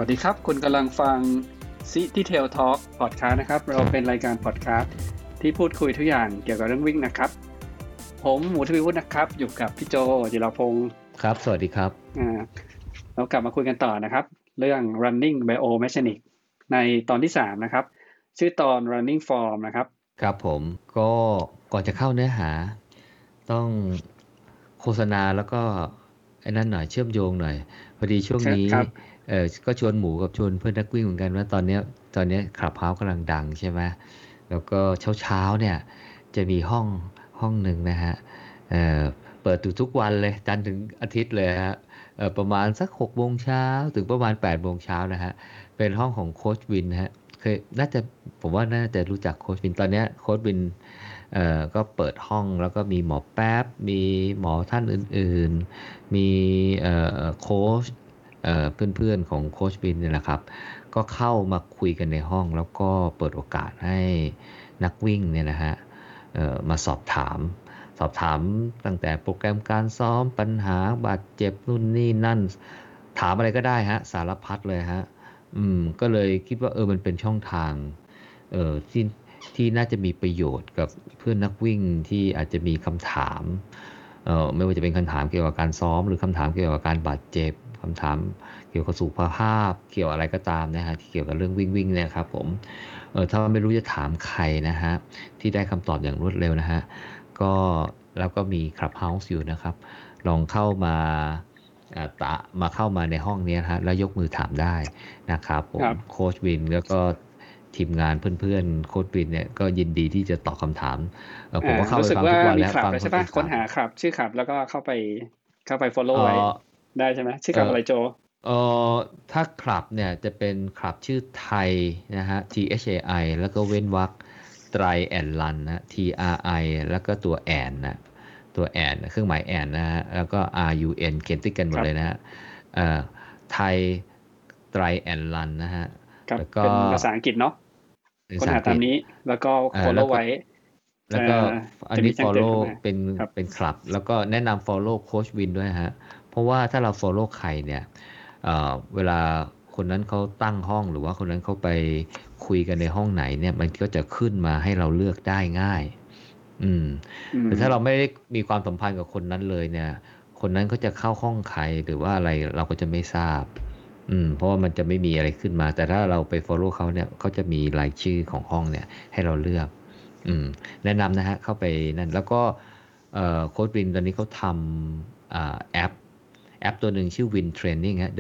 ดีครับคุณกำลังฟัง City Tail Talk Podcast นะครับเราเป็นรายการ Podcast ที่พูดคุยทุกอย่างเกี่ยวกับเรื่องวิ่งนะครับผมหมูทวีวุฒินะครับอยู่กับพี่โจจิรพงศ์ครับสวัสดีครับเรากลับมาคุยกันต่อนะครับเรื่อง running biomechanics ในตอนที่3นะครับชื่อตอน running form นะครับครับผมก็ก่อนจะเข้าเนื้อหาต้องโฆษณาแล้วก็ไอ้นั่นหน่อยเชื่อมโยงหน่อยพอดีช่วงนี้ก็ชวนหมูกับชวนเพื่อนนักวิ่งเหมือนกันว่าตอนนี้คลับเฮาส์กำลังดังใช่ไหมแล้วก็เช้าเนี่ยจะมีห้องหนึ่งนะฮะเปิดทุกวันเลยจันทร์ถึงอาทิตย์เลยฮะประมาณสัก6 โมงเช้าถึงประมาณ8 โมงเช้านะฮะเป็นห้องของโค้ชวินฮะผมว่าน่าจะรู้จักโค้ชวินตอนนี้โค้ชวินก็เปิดห้องแล้วก็มีหมอแป๊บมีหมอท่านอื่นๆมีโค้ชเพื่อนๆของโค้ชวินเนี่ยนะครับก็เข้ามาคุยกันในห้องแล้วก็เปิดโอกาสให้นักวิ่งเนี่ยนะฮะมาสอบถามตั้งแต่โปรแกรมการซ้อมปัญหาบาดเจ็บนู่นนี่นั่นถามอะไรก็ได้ฮะสารพัดเลยฮะก็เลยคิดว่ามันเป็นช่องทางที่น่าจะมีประโยชน์กับเพื่อนนักวิ่งที่อาจจะมีคำถามไม่ว่าจะเป็นคำถามเกี่ยวกับการซ้อมหรือคำถามเกี่ยวกับการบาดเจ็บคำถามเกี่ยวกับสุขภาพเกี่ยวอะไรก็ตามนะฮะที่เกี่ยวกับเรื่องวิ่งเนี่ยครับผมถ้าไม่รู้จะถามใครนะฮะที่ได้คำตอบอย่างรวดเร็วนะฮะก็แล้วก็มี Clubhouse อยู่นะครับลองเข้ามาเข้ามาในห้องนี้นะฮะแล้วยกมือถามได้นะครับผมโค้ชวินแล้วก็ทีมงานเพื่อนๆโค้ชวินเนี่ยก็ยินดีที่จะตอบคำถามผมก็เข้าไปฟังทุกวันแล้วฟังใช่ปะค้นหาครับชื่อครับแล้วก็เข้าไป follow ไว้ได้ใช่ไหมชื่อครับอะไรโจถ้าคลับเนี่ยจะเป็นคลับชื่อไทยนะฮะ THAI แล้วก็เว้นวรรคไตรแอนลันนะ TRI แล้วก็ตัวแอนนะตัวแอนเครื่องหมายแอนนะฮะแล้วก็ RUN เขียนติดกันหมดเลยนะฮะไทยไตรแอนลันนะฮะแล้วก็เป็นภาษาอังกฤษเนาะค้นหาตามนี้แล้วก็ follow ไว้แล้วก็อันนี้ follow เป็นคลับแล้วก็แนะนำ follow โค้ชวินด้วยฮะเพราะว่าถ้าเรา follow ใครเนี่ยเวลาคนนั้นเขาตั้งห้องหรือว่าคนนั้นเขาไปคุยกันในห้องไหนเนี่ยมันก็จะขึ้นมาให้เราเลือกได้ง่ายแต่ถ้าเราไม่ได้มีความสัมพันธ์กับคนนั้นเลยเนี่ยคนนั้นเขาจะเข้าห้องใครหรือว่าอะไรเราก็จะไม่ทราบเพราะว่ามันจะไม่มีอะไรขึ้นมาแต่ถ้าเราไป follow เขาเนี่ยเขาจะมีรายชื่อของห้องเนี่ยให้เราเลือกแนะนำนะฮะเข้าไปนั่นแล้วก็โค้ชวินตอนนี้เขาทำแอปตัวหนึ่งชื่อ Win Training ฮะ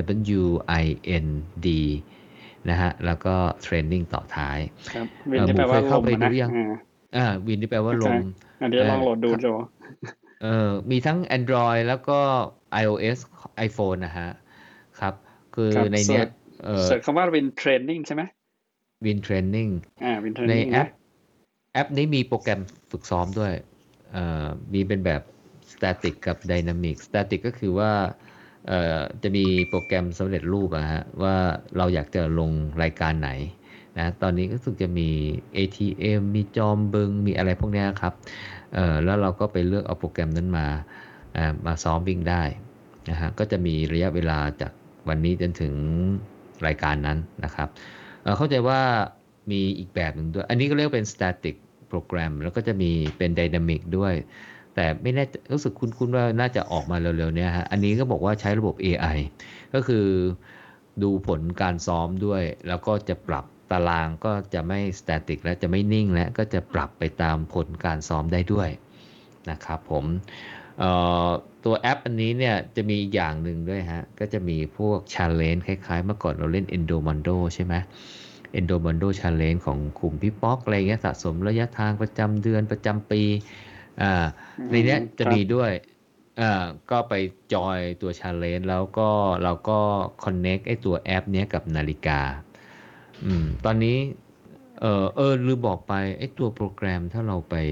WIND นะฮะแล้วก็ Training ต่อท้ายครับวินที่แปลว่าลมนะวินที่แปลว่าลมเดี๋ยวลองโหลดดูโจมีทั้ง Android แล้วก็ iOS iPhone นะฮะครับคือในเนี้ยเสิร์ชคำว่า Win Training ใช่ไหม Win Training Win ใน Training แอปนี้มีโปรแกรมฝึกซ้อมด้วยมีเป็นแบบ static กับ dynamic static ก็คือว่าจะมีโปรแกรมสำเร็จรูปฮะว่าเราอยากจะลงรายการไหนนะตอนนี้ก็รู้สึกจะมี ATM มีจอมบึงมีอะไรพวกนี้ครับแล้วเราก็ไปเลือกเอาโปรแกรมนั้นมาซ้อมวิ่งได้นะฮะก็จะมีระยะเวลาจากวันนี้จนถึงรายการนั้นนะครับเข้าใจว่ามีอีกแบบหนึ่งด้วยอันนี้ก็เรียกเป็น static โปรแกรมแล้วก็จะมีเป็น dynamic ด้วยแต่ไม่แน่รู้สึกคุ้นๆว่าน่าจะออกมาเร็วๆเนี่ยฮะอันนี้ก็บอกว่าใช้ระบบ AI ก็คือดูผลการซ้อมด้วยแล้วก็จะปรับตารางก็จะไม่ static แล้วจะไม่นิ่งแล้วก็จะปรับไปตามผลการซ้อมได้ด้วยนะครับผมตัวแอปอันนี้เนี่ยจะมีอีกอย่างหนึ่งด้วยฮะก็จะมีพวก challenge คล้ายๆเมื่อก่อนเราเล่น Endomondo ใช่ไหม Endomondo Challenge ของกลุ่มพี่ป๊อกอะไรเงี้ยสะสมระยะทางประจำเดือนประจำปีในนี้จะมีด้วยก็ไปจอยตัว challenge แล้วก็เราก็ connect ไอ้ตัวแอปเนี้ยกับนาฬิกาตอนนี้ลืมบอกไปไอ้ตัวโปรแกรมถ้าเราไป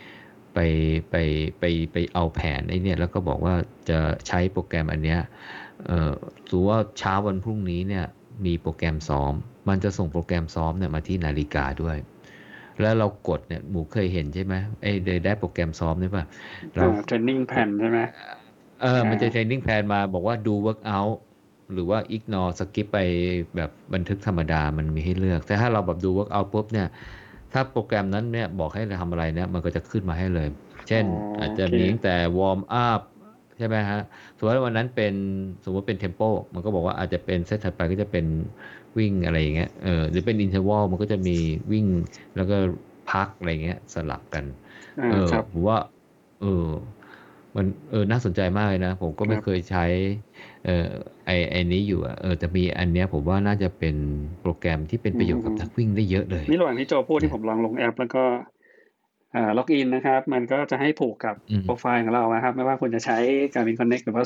เอาแผนไอ้เนี่ยแล้วก็บอกว่าจะใช้โปรแกรมอันเนี้ยถือว่าเช้าวันพรุ่งนี้เนี่ยมีโปรแกรมซ้อมมันจะส่งโปรแกรมซ้อมเนี่ยมาที่นาฬิกาด้วยแล้วเรากดเนี่ยหมูเคยเห็นใช่ไหมได้โปรแกรมซ้อมใช่ป่ะเรา training plan ใช่ไหมมันจะ training plan มาบอกว่าดู workout หรือว่า ignore skip ไปแบบบันทึกธรรมดามันมีให้เลือกแต่ถ้าเราแบบดู workout ปุ๊บเนี่ยถ้าโปรแกรมนั้นเนี่ยบอกให้เราทำอะไรเนี่ยมันก็จะขึ้นมาให้เลยเช่นอาจจะโอเคมีตั้งแต่ warm up ใช่ไหมฮะสมมติว่าวันนั้นเป็นสมมติเป็น tempo มันก็บอกว่าอาจจะเป็นเซตถัดไปก็จะเป็นวิ่งอะไรอย่างเงี้ยหรือเป็น interval มันก็จะมีวิ่งแล้วก็พักอะไรเงี้ยสลับกันครับผมว่าเออมันน่าสนใจมากเลยนะผมก็ไม่เคยครับใช้ไอ้นี้อยู่แต่มีอันเนี้ยผมว่าน่าจะเป็นโปรแกรมที่เป็นประโยชน์กับนักวิ่งได้เยอะเลยนี่ระหว่างที่โจพูดที่นะผมลองลงแอปแล้วก็ล็อกอินนะครับมันก็จะให้ผูกกับอืมโปรไฟล์ของเรานะครับไม่ว่าคุณจะใช้ Garmin Connect หรือว่า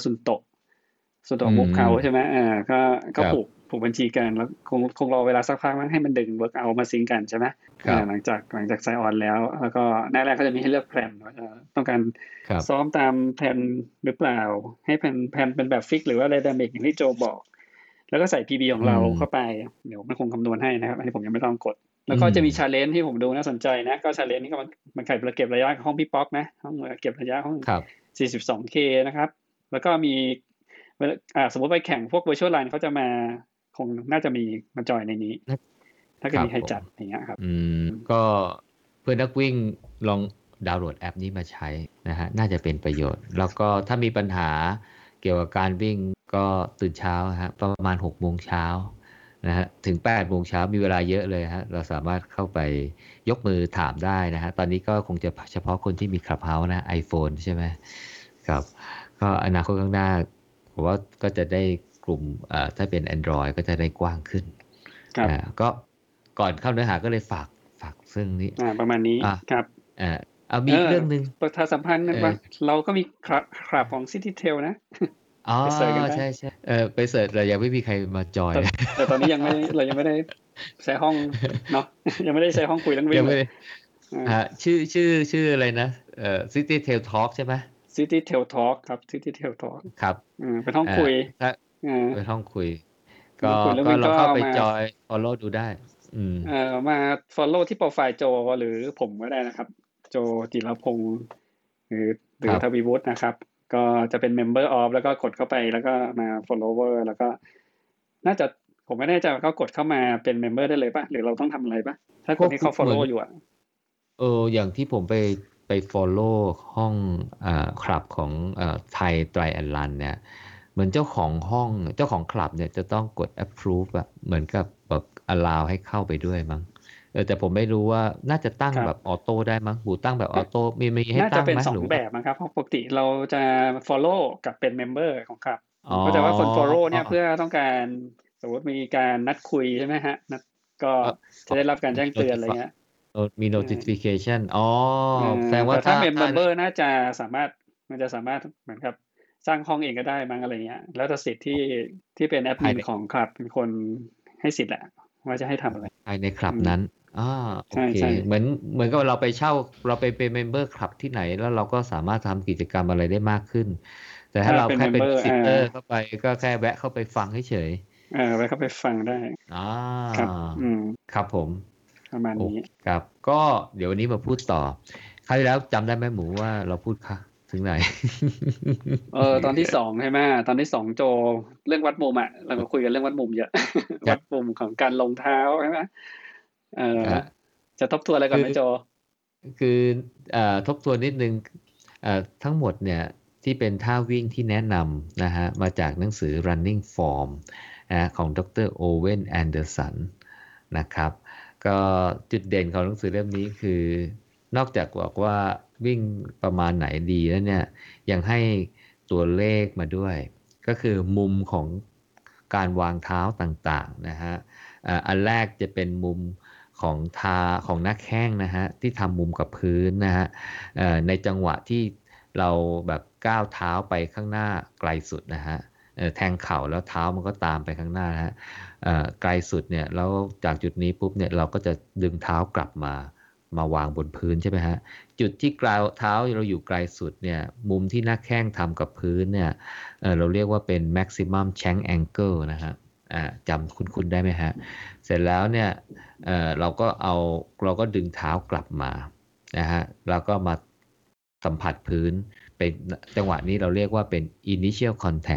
Sunto อื Move ม Out ใช่ไหมก็ครับผูกบัญชีกันแล้วคงรอเวลาสักพักมั้งให้มันดึง Workout มาซิงก์กันใช่ไหมครับหลังจาก sign on แล้วก็หน้าแรกก็จะมีให้เลือกแพลนว่าต้องการครับซ้อมตามแพลนหรือเปล่าให้แพลนเป็นแบบฟิกหรือว่า dynamic อย่างที่โจบอกแล้วก็ใส่ PB ของเราอืมเข้าไปเดี๋ยวมันคงคำนวณให้นะครับอันนี้ผมยังไม่ต้องกด แล้วอืมก็จะมี challenge ที่ผมดูน่าสนใจนะก็ challenge นี้ก็มันเก็บระยะห้องพี่ป๊อกนะห้องเก็บระยะห้องครับ 42K นะครับแล้วก็มีสมมติไปแข่งพวก virtual line เขาจะมาคงน่าจะมีมาจอยในนี้ ถ้าครับเกิดมีใครผมจัดอย่างเงี้ยครับก็เพื่อนนักวิ่งลองดาวน์โหลดแอปนี้มาใช้นะฮะน่าจะเป็นประโยชน์ แล้วก็ถ้ามีปัญหาเกี่ยวกับการวิ่งก็ตื่นเช้าฮะประมาณ6 โมงเช้านะฮะถึง8 โมงเช้ามีเวลาเยอะเลยฮะเราสามารถเข้าไปยกมือถามได้นะฮะตอนนี้ก็คงจะเฉพาะคนที่มี Clubhouse นะ iPhone ใช่ไหมครับก็อนาคตข้างหน้าผมว่าก็จะได้กลุ่มถ้าเป็น Android ก็จะได้กว้างขึ้นครับก็ก่อนเข้าเนื้อหาก็เลยฝากซึ่งนี้ประมาณนี้อ่ะครับเอามีอีกเรื่องหนึ่งประชาสัมพันธ์ว่าเราก็มีครับของ City Tail นะอ๋อไปเสิร์ชกันได้ใช่ใช่ไปเสิร์ชแต่ยังไม่มีใครมาจอยแต่ตอนนี้เรายังไม่ได้ใช้ห้องเนาะยังไม่ได้ใช้ห้องคุยเรื่องวิ่งเลยยังไม่ได้ชื่ออะไรนะCity Tail Talk ใช่ไหม City Tail Talk ครับ City Tail Talk ครับเป็นห้องคุยถ้าอ่าเป็นห้องคุยห้องคุยเรื่องก็วิ่งก็ลองเข้าไปมาจอย follow ดูได้มา follow ที่โปรไฟล์โจหรือผมก็ได้นะครับโจจิรพงศ์หรือครับทวีวุฒินะครับก็จะเป็น member of แล้วก็กดเข้าไปแล้วก็มา follower แล้วก็น่าจะผมไม่แน่ใจว่าเขากดเข้ามาเป็น member ได้เลยป่ะหรือเราต้องทำอะไรป่ะถ้าคนที่เขาเหมือน follow อยู่อ่ะอย่างที่ผมไป follow ห้องคลับของไทยไตรแอนลันเนี่ยเหมือนเจ้าของห้องเจ้าของคลับเนี่ยจะต้องกด approve อะเหมือนกับแบบ allow ให้เข้าไปด้วยมั้งแต่ผมไม่รู้ว่าน่าจะตั้งครับแบบออโต้ได้มั้งบูตั้งแบบออโต้มีให้น่าจะตั้งเป็นสองไหมหรือว่าแบบนะครับเพราะปกติเราจะ follow กับเป็น member ของครับอ๋อก็จะว่าคน follow เนี่ยเพื่อต้องการสมมติมีการนัดคุยใช่ไหมฮะก็เอ่อจะได้รับการแจ้งมีเตือนอะไร notify เงี้ยมีเออ notification อ๋อแสดงแต่ถ้าว่าถ้าเมมเบอร์น่าจะมันจะสามารถเหมือนกับสร้างห้องเองก็ได้มั้งอะไรเงี้ยแล้วแต่สิทธิ์ที่เป็นแอดมิภายในนของคลับเป็นคนให้สิทธิ์แหละว่าจะให้ทำอะไรภายในคลัอืมบนั้นอ่าโอเคใช่ใช่เหมือนกับเราไปเช่าเราไปเป็นเมมเบอร์คลับที่ไหนแล้วเราก็สามารถทำกิจกรรมอะไรได้มากขึ้นแต่ถ้าเราเป็นแค่เป็นเมมเบอร์ visitor เข้าไปก็แค่แวะเข้าไปฟังเฉยไว้เข้าไปฟังได้ๆครับครับผมประมาณโอนี้ครับก็เดี๋ยววันนี้มาพูดต่อคราวที่แล้วจำได้ไหมหมูว่าเราพูดค่ะถึงไหนตอนที่สองใช่ไหมตอนที่สองโจเรื่องวัดมุมอ่ะเราก็คุยกันเรื่องวัดมุมเยอะควัรับดมุมของการลงเท้าใช่ไหมเอออ่ะจะทบทวนอะไรก่อนคือไหมโจคือทบทวนนิดนึงทั้งหมดเนี่ยที่เป็นท่าวิ่งที่แนะนำนะฮะมาจากหนังสือ Running Form ของดร. โอเวนแอนเดอร์สันนะครับก็จุดเด่นของหนังสือเล่มนี้คือนอกจากบอกว่าวิ่งประมาณไหนดีแล้วเนี่ยยังให้ตัวเลขมาด้วยก็คือมุมของการวางเท้าต่างๆนะฮะอันแรกจะเป็นมุมของของหน้าแข้งนะฮะที่ทำมุมกับพื้นนะฮะในจังหวะที่เราแบบก้าวเท้าไปข้างหน้าไกลสุดนะฮะแทงเข่าแล้วเท้ามันก็ตามไปข้างหน้านะฮะไกลสุดเนี่ยแล้วจากจุดนี้ปุ๊บเนี่ยเราก็จะดึงเท้ากลับมาวางบนพื้นใช่ไหมฮะจุดที่กลาวเท้าเราอยู่ไกลสุดเนี่ยมุมที่หน้าแข้งทำกับพื้นเนี่ยเราเรียกว่าเป็น maximum shank angle นะฮะจำคุ้นๆได้ไหมฮะเสร็จแล้วเนี่ยเราก็ดึงเท้ากลับมานะฮะแล้วก็มาสัมผัสพื้นเป็นจังหวะนี้เราเรียกว่าเป็น initial contact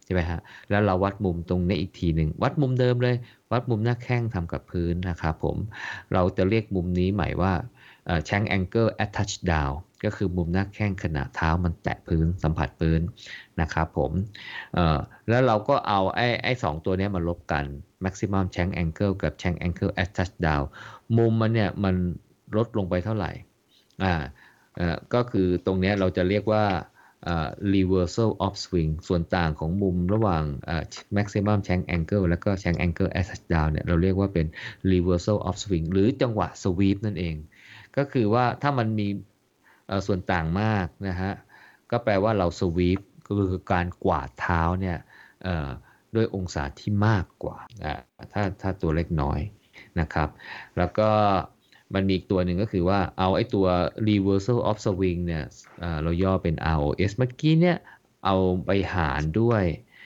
ใช่ไหมฮะแล้วเราวัดมุมตรงนี้อีกทีหนึ่งวัดมุมเดิมเลยวัดมุมหน้าแข้งทำกับพื้นนะครับผมเราจะเรียกมุมนี้หมายว่าshank angle at touchdown ก็คือมุมหน้าแข้งขณะเท้ามันแตะพื้นสัมผัสพื้นนะครับผมแล้วเราก็เอาไอ้สองตัวนี้มาลบกัน maximum shank angle กับ shank angle at touchdown มุมมันเนี่ยมันลดลงไปเท่าไหร่ก็คือตรงนี้เราจะเรียกว่าreversal of swing ส่วนต่างของมุมระหว่างmaximum shank angle แล้วก็ shank angle at touchdown เนี่ยเราเรียกว่าเป็น reversal of swing หรือจังหวะ sweep นั่นเองก็คือว่าถ้ามันมีส่วนต่างมากนะฮะก็แปลว่าเรา sweep ก็คือการกวาดเท้าเนี่ยด้วยองศาที่มากกว่าถ้าตัวเล็กน้อยนะครับแล้วก็มันมีอีกตัวหนึ่งก็คือว่าเอาไอ้ตัว reversal of swing เนี่ยเราย่อเป็น ROS เมื่อกี้เนี่ยเอาไปหารด้วย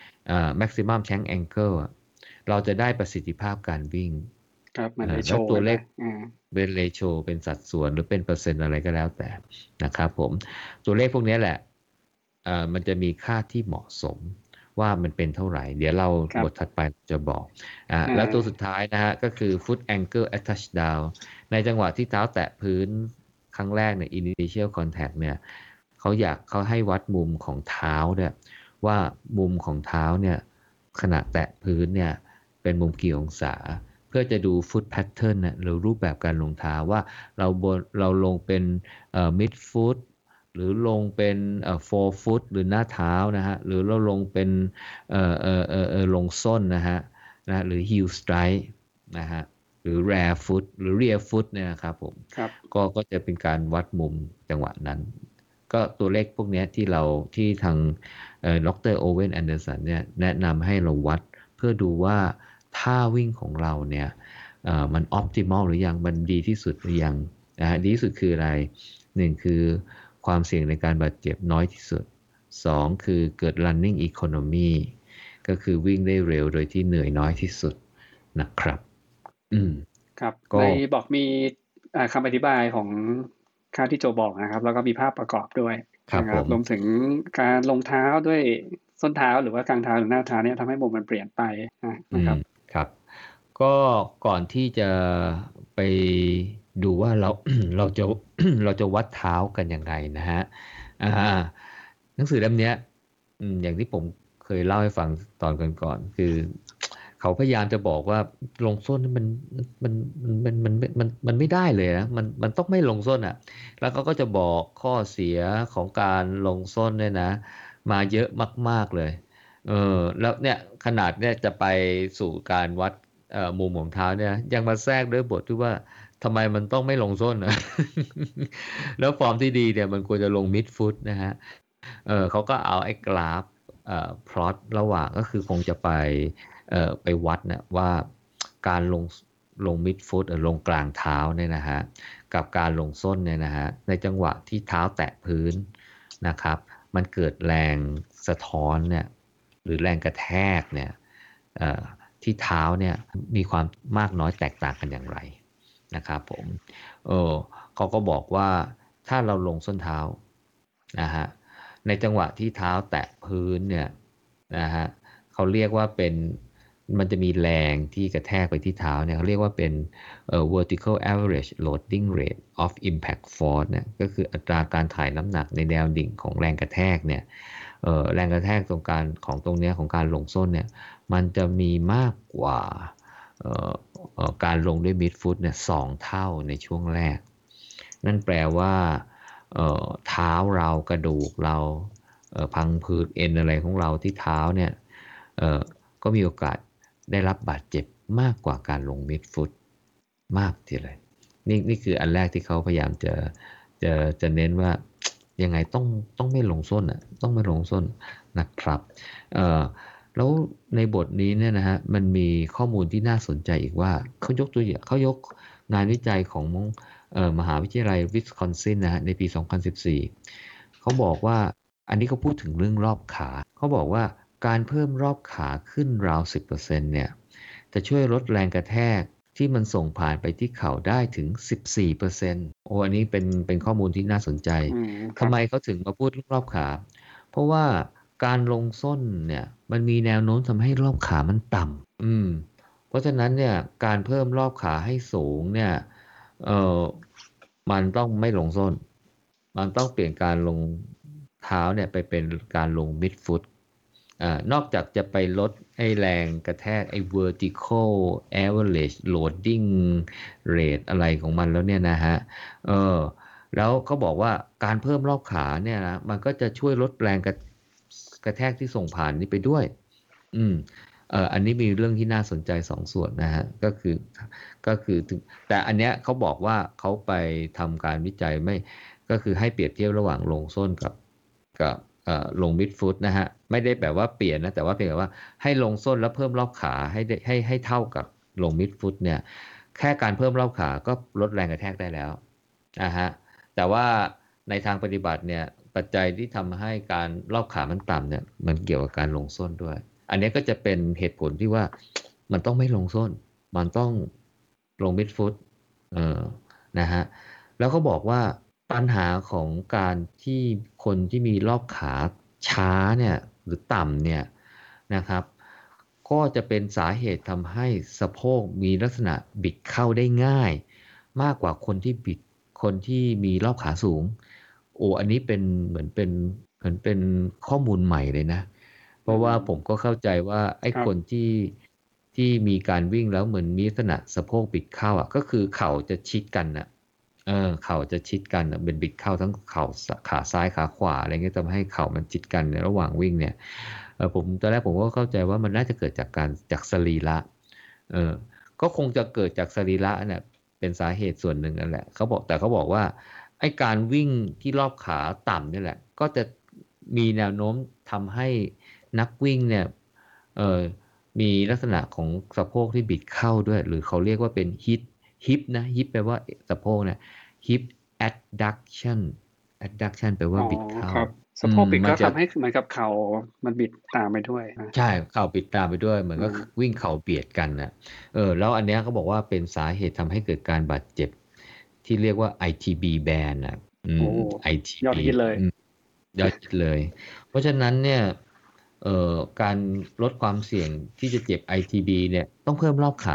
maximum shank angle เราจะได้ประสิทธิภาพการวิ่งครับมันเรโชแล้วตัวเลขนะเป็นเรโชเป็นสัดส่วนหรือเป็นเปอร์เซ็นต์อะไรก็แล้วแต่นะครับผมตัวเลขพวกนี้แหละมันจะมีค่าที่เหมาะสมว่ามันเป็นเท่าไหร่เดี๋ยวเราบทถัดไปจะบอกแล้วตัวสุดท้ายนะฮะก็คือ foot ankle at touchdown ในจังหวะที่เท้าแตะพื้นครั้งแรกเนี่ย initial contact เนี่ยเขาให้วัดมุมของเท้าเนี่ยว่ามุมของเท้าเนี่ยขณะแตะพื้นเนี่ยเป็นมุมกี่องศาเพื่อจะดู foot pattern นะหรือรูปแบบการลงเท้าว่าเราลงเป็นmid foot หรือลงเป็นforefoot หรือหน้าเท้านะฮะหรือเราลงเป็นลงส้นนะฮะหรือ heel strike นะฮะหรือ rear foot หรือ rear foot เนี่ยครับผมก็จะเป็นการวัดมุมจังหวะนั้นก็ตัวเลขพวกนี้ที่ทางดร. โอเวนแอนเดอร์สันเนี่ยแนะนำให้เราวัดเพื่อดูว่าท่าวิ่งของเราเนี่ยมัน optimal หรือยังมันดีที่สุดหรือยังดีที่สุดคืออะไร1คือความเสี่ยงในการบาดเจ็บน้อยที่สุด2คือเกิด running economy ก็คือวิ่งได้เร็วโดยที่เหนื่อยน้อยที่สุดนะครับครับในบอกมีคำอธิบายของค่าที่โจบอกนะครับแล้วก็มีภาพประกอบด้วยนะครับรวมถึงการลงเท้าด้วยส้นเท้าหรือว่ากลางเท้าหรือหน้าเท้าเนี่ยทำให้มุมมันเปลี่ยนไปนะครับครับก็ก่อนที่จะไปดูว่าเราจะวัดเท้ากันยังไงนะฮะหนังสือเล่มนี้อย่างที่ผมเคยเล่าให้ฟังตอนก่อนๆคือเขาพยายามจะบอกว่าลงส้นมันไม่ได้เลยนะมันต้องไม่ลงส้นอ่ะแล้วเขาก็จะบอกข้อเสียของการลงส้นเนี่ยนะมาเยอะมากๆเลยแล้วเนี่ยขนาดเนี่ยจะไปสู่การวัดมุมของเท้าเนี่ยยังมาแทรกด้วยบทที่ว่าทำไมมันต้องไม่ลงส้นนะ แล้วฟอร์มที่ดีเนี่ยมันควรจะลงมิดฟุตนะฮะเขาก็เอาไอ้กราฟพลอตระหว่างก็คือคงจะไปวัดนะว่าการลงมิดฟุตลงกลางเท้าเนี่ยนะฮะกับการลงส้นเนี่ยนะฮะในจังหวะที่เท้าแตะพื้นนะครับมันเกิดแรงสะท้อนเนี่ยหรือแรงกระแทกเนี่ยที่เท้าเนี่ยมีความมากน้อยแตกต่างกันอย่างไรนะครับผมเขาก็บอกว่าถ้าเราลงส้นเท้านะฮะในจังหวะที่เท้าแตะพื้นเนี่ยนะฮะเขาเรียกว่าเป็นมันจะมีแรงที่กระแทกไปที่เท้าเนี่ยเขาเรียกว่าเป็นvertical average loading rate of impact force เนี่ยก็คืออัตราการถ่ายน้ำหนักในแนวดิ่งของแรงกระแทกเนี่ยแรงกระแทกตรงเนี้ยของการลงส้นเนี่ยมันจะมีมากกว่าการลงด้วยมิดฟุตเนี่ย2 เท่าในช่วงแรกนั่นแปลว่าเท้าเรากระดูกเราพังผืดเอ็นอะไรของเราที่เท้าเนี่ยก็มีโอกาสได้รับบาดเจ็บมากกว่าการลงมิดฟุตมากทีเลยนี่คืออันแรกที่เขาพยายามจะเน้นว่ายังไงต้องไม่ลงส้นต้องไม่ลงส้นนะครับแล้วในบทนี้เนี่ยนะฮะมันมีข้อมูลที่น่าสนใจอีกว่าเขายกตัวอย่างเขายกงานวิจัยของมหาวิทยาลัยวิสคอนซินนะฮะในปี 2014เขาบอกว่าอันนี้เขาพูดถึงเรื่องรอบขาเขาบอกว่าการเพิ่มรอบขาขึ้นราว 10% เนี่ยจะช่วยลดแรงกระแทกที่มันส่งผ่านไปที่เข่าได้ถึง 14% อันนี้เป็นข้อมูลที่น่าสนใจทำไมเขาถึงมาพูดเรื่องรอบขาเพราะว่าการลงส้นเนี่ยมันมีแนวโน้มทำให้รอบขามันต่ำเพราะฉะนั้นเนี่ยการเพิ่มรอบขาให้สูงเนี่ยเอ่อมันต้องไม่ลงส้นมันต้องเปลี่ยนการลงเท้าเนี่ยไปเป็นการลงมิดฟุตนอกจากจะไปลดไอ้แรงกระแทกไอ้ vertical average loading rate อะไรของมันแล้วเนี่ยนะฮะแล้วเขาบอกว่าการเพิ่มรอบขาเนี่ยนะมันก็จะช่วยลดแรงกระแทกที่ส่งผ่านนี้ไปด้วยอันนี้มีเรื่องที่น่าสนใจ2 ส่วนนะฮะก็คือแต่อันเนี้ยเขาบอกว่าเขาไปทำการวิจัยไม่ก็คือให้เปรียบเทียบระหว่างลงส้นกับลงมิดฟุตนะฮะไม่ได้แบบว่าเปลี่ยนนะแต่ว่าเพียงแต่ว่าให้ลงส้นแล้วเพิ่มรอบขาให้เท่ากับลงมิดฟุตเนี่ยแค่การเพิ่มรอบขาก็ลดแรงกระแทกได้แล้วนะฮะแต่ว่าในทางปฏิบัติเนี่ยปัจจัยที่ทำให้การรอบขามันต่ำเนี่ยมันเกี่ยวกับการลงส้นด้วยอันนี้ก็จะเป็นเหตุผลที่ว่ามันต้องไม่ลงส้นมันต้องลงมิดฟุตนะฮะแล้วก็บอกว่าปัญหาของการที่คนที่มีรอบขาช้าเนี่ยหรือต่ำเนี่ยนะครับก็จะเป็นสาเหตุทำให้สะโพกมีลักษณะบิดเข้าได้ง่ายมากกว่าคนที่มีรอบขาสูงอันนี้เป็นเหมือนเป็นข้อมูลใหม่เลยนะเพราะว่าผมก็เข้าใจว่าไอ้คนที่มีการวิ่งแล้วเหมือนมีลักษณะสะโพกบิดเข้าก็คือเข่าจะชิดกันเข่าจะชิดกันเป็นบิดเข้าทั้งเข่าขาซ้ายขาขวาอะไรเงี้ยทำให้เข่ามันชิดกันในระหว่างวิ่งเนี่ยตอนแรกผมก็เข้าใจว่ามันน่าจะเกิดจากสรีระก็คงจะเกิดจากสรีระเนี่ยเป็นสาเหตุส่วนหนึ่งนั่นแหละเขาบอกว่าไอ้การวิ่งที่รอบขาต่ำนี่แหละก็จะมีแนวโน้มทำให้นักวิ่งเนี่ยมีลักษณะของสะโพกที่บิดเข้าด้วยหรือเขาเรียกว่าเป็นฮิปนะฮิปแปลว่าสะโพกเนี่ย hip adduction แปลว่าบิดเข้าสะโพกบิดก็ทำให้เหมือนกับเข่ามันบิดตามไปด้วยใช่เข่าบิดตามไปด้วยเหมือนก็วิ่งเข่าเบียดกันนะแล้วอันเนี้ยเขาบอกว่าเป็นสาเหตุทำให้เกิดการบาดเจ็บที่เรียกว่า ITB band ITB ยอดฮิตเลยเพราะฉะนั้นเนี่ยการลดความเสี่ยงที่จะเจ็บ ITB เนี่ยต้องเพิ่มรอบขา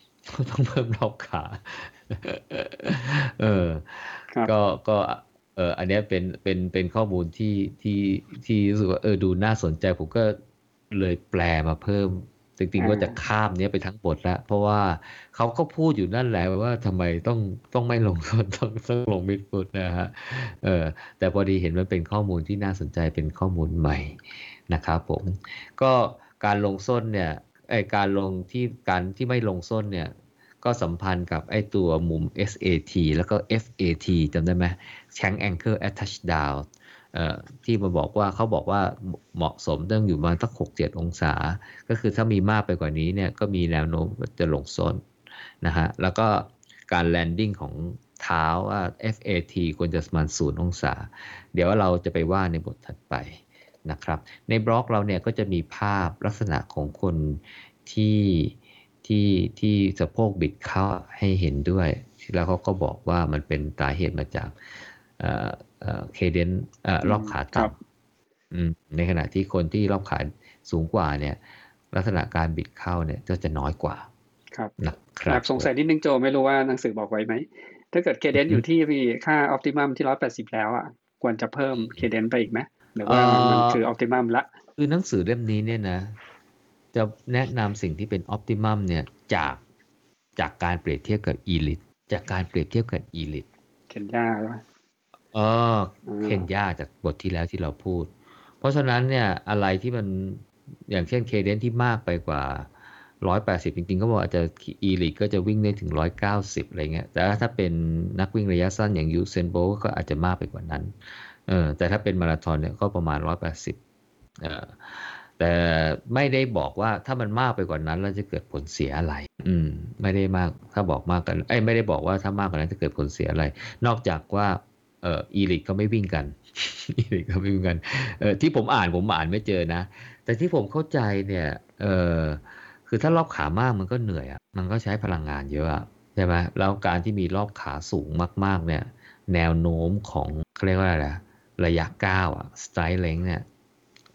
ก็อันนี้เป็นข้อมูลที่รู้สึกว่าดูน่าสนใจผมก็เลยแปลมาเพิ่มจริงๆว่าจะข้ามนี้ไปทั้งบทแล้วเพราะว่าเขาก็พูดอยู่นั่นแหละว่าทำไมต้องไม่ลงส้นต้องลงมิดฟุตนะฮะแต่พอดีเห็นมันเป็นข้อมูลที่น่าสนใจเป็นข้อมูลใหม่นะครับผมก็การลงส้นเนี่ยการที่ไม่ลงส้นเนี่ยก็สัมพันธ์กับไอ้ตัวมุม SAT แล้วก็ FAT จำได้ไหม Shank Ankle Attach Down ที่มาบอกว่าเขาบอกว่าเหมาะสมต้องอยู่ประมาณสัก 6-7 องศาก็คือถ้ามีมากไปกว่านี้เนี่ยก็มีแนวโน้มจะลงส้นนะฮะแล้วก็การแลนดิ้งของเท้าว่า FAT ควรจะประมาณ0 องศาเดี๋ยวเราจะไปว่าในบทถัดไปนะครับในบล็อกเราเนี่ยก็จะมีภาพลักษณะของคนที่สะโพกบิดเข้าให้เห็นด้วยแล้วเขาก็บอกว่ามันเป็นสาเหตุมาจากเคเดนรอบขาต่ำในขณะที่คนที่รอบขาสูงกว่าเนี่ยลักษณะการบิดเข้าเนี่ยก็จะน้อยกว่านะครับสงสัยนิดนึงโจไม่รู้ว่าหนังสือบอกไว้ไหมถ้าเกิดเคเดนอยู่ที่ค่าออปติมัมที่180แล้วควรจะเพิ่มเคเดนไปอีกไหมหรือว่ามันคือออปติมัมละคือหนังสือเล่มนี้เนี่ยนะจะแนะนำสิ่งที่เป็นออปติมัมเนี่ยจากการเปรียบเทียบกับอีลิทเคนยาใช่ไหมเคนยาจากบทที่แล้วที่เราพูดเพราะฉะนั้นเนี่ยอะไรที่มันอย่างเช่นเคเดนที่มากไปกว่า180จริงๆก็บอกอาจจะอีลิทก็จะวิ่งได้ถึง190อะไรเงี้ยแต่ถ้าเป็นนักวิ่งระยะสั้นอย่างยูเซนโบก็อาจจะมากไปกว่านั้นแต่ถ้าเป็นมาราธอนเนี่ยก็ประมาณ180แต่ไม่ได้บอกว่าถ้ามันมากไปกว่านั้นแล้วจะเกิดผลเสียอะไรไม่ได้มากถ้าบอกมากกันไม่ได้บอกว่าถ้ามากกว่านั้นจะเกิดผลเสียอะไรนอกจากว่าอีลิทก็ไม่วิ่งกันที่ผมอ่านไม่เจอนะแต่ที่ผมเข้าใจเนี่ยคือถ้ารอบขามากมันก็เหนื่อยมันก็ใช้พลังงานเยอะใช่ไหมแล้วการที่มีรอบขาสูงมากๆเนี่ยแนวโน้มของเขาเรียกว่าอะไรระยะก้าวstride length เนี่ยก็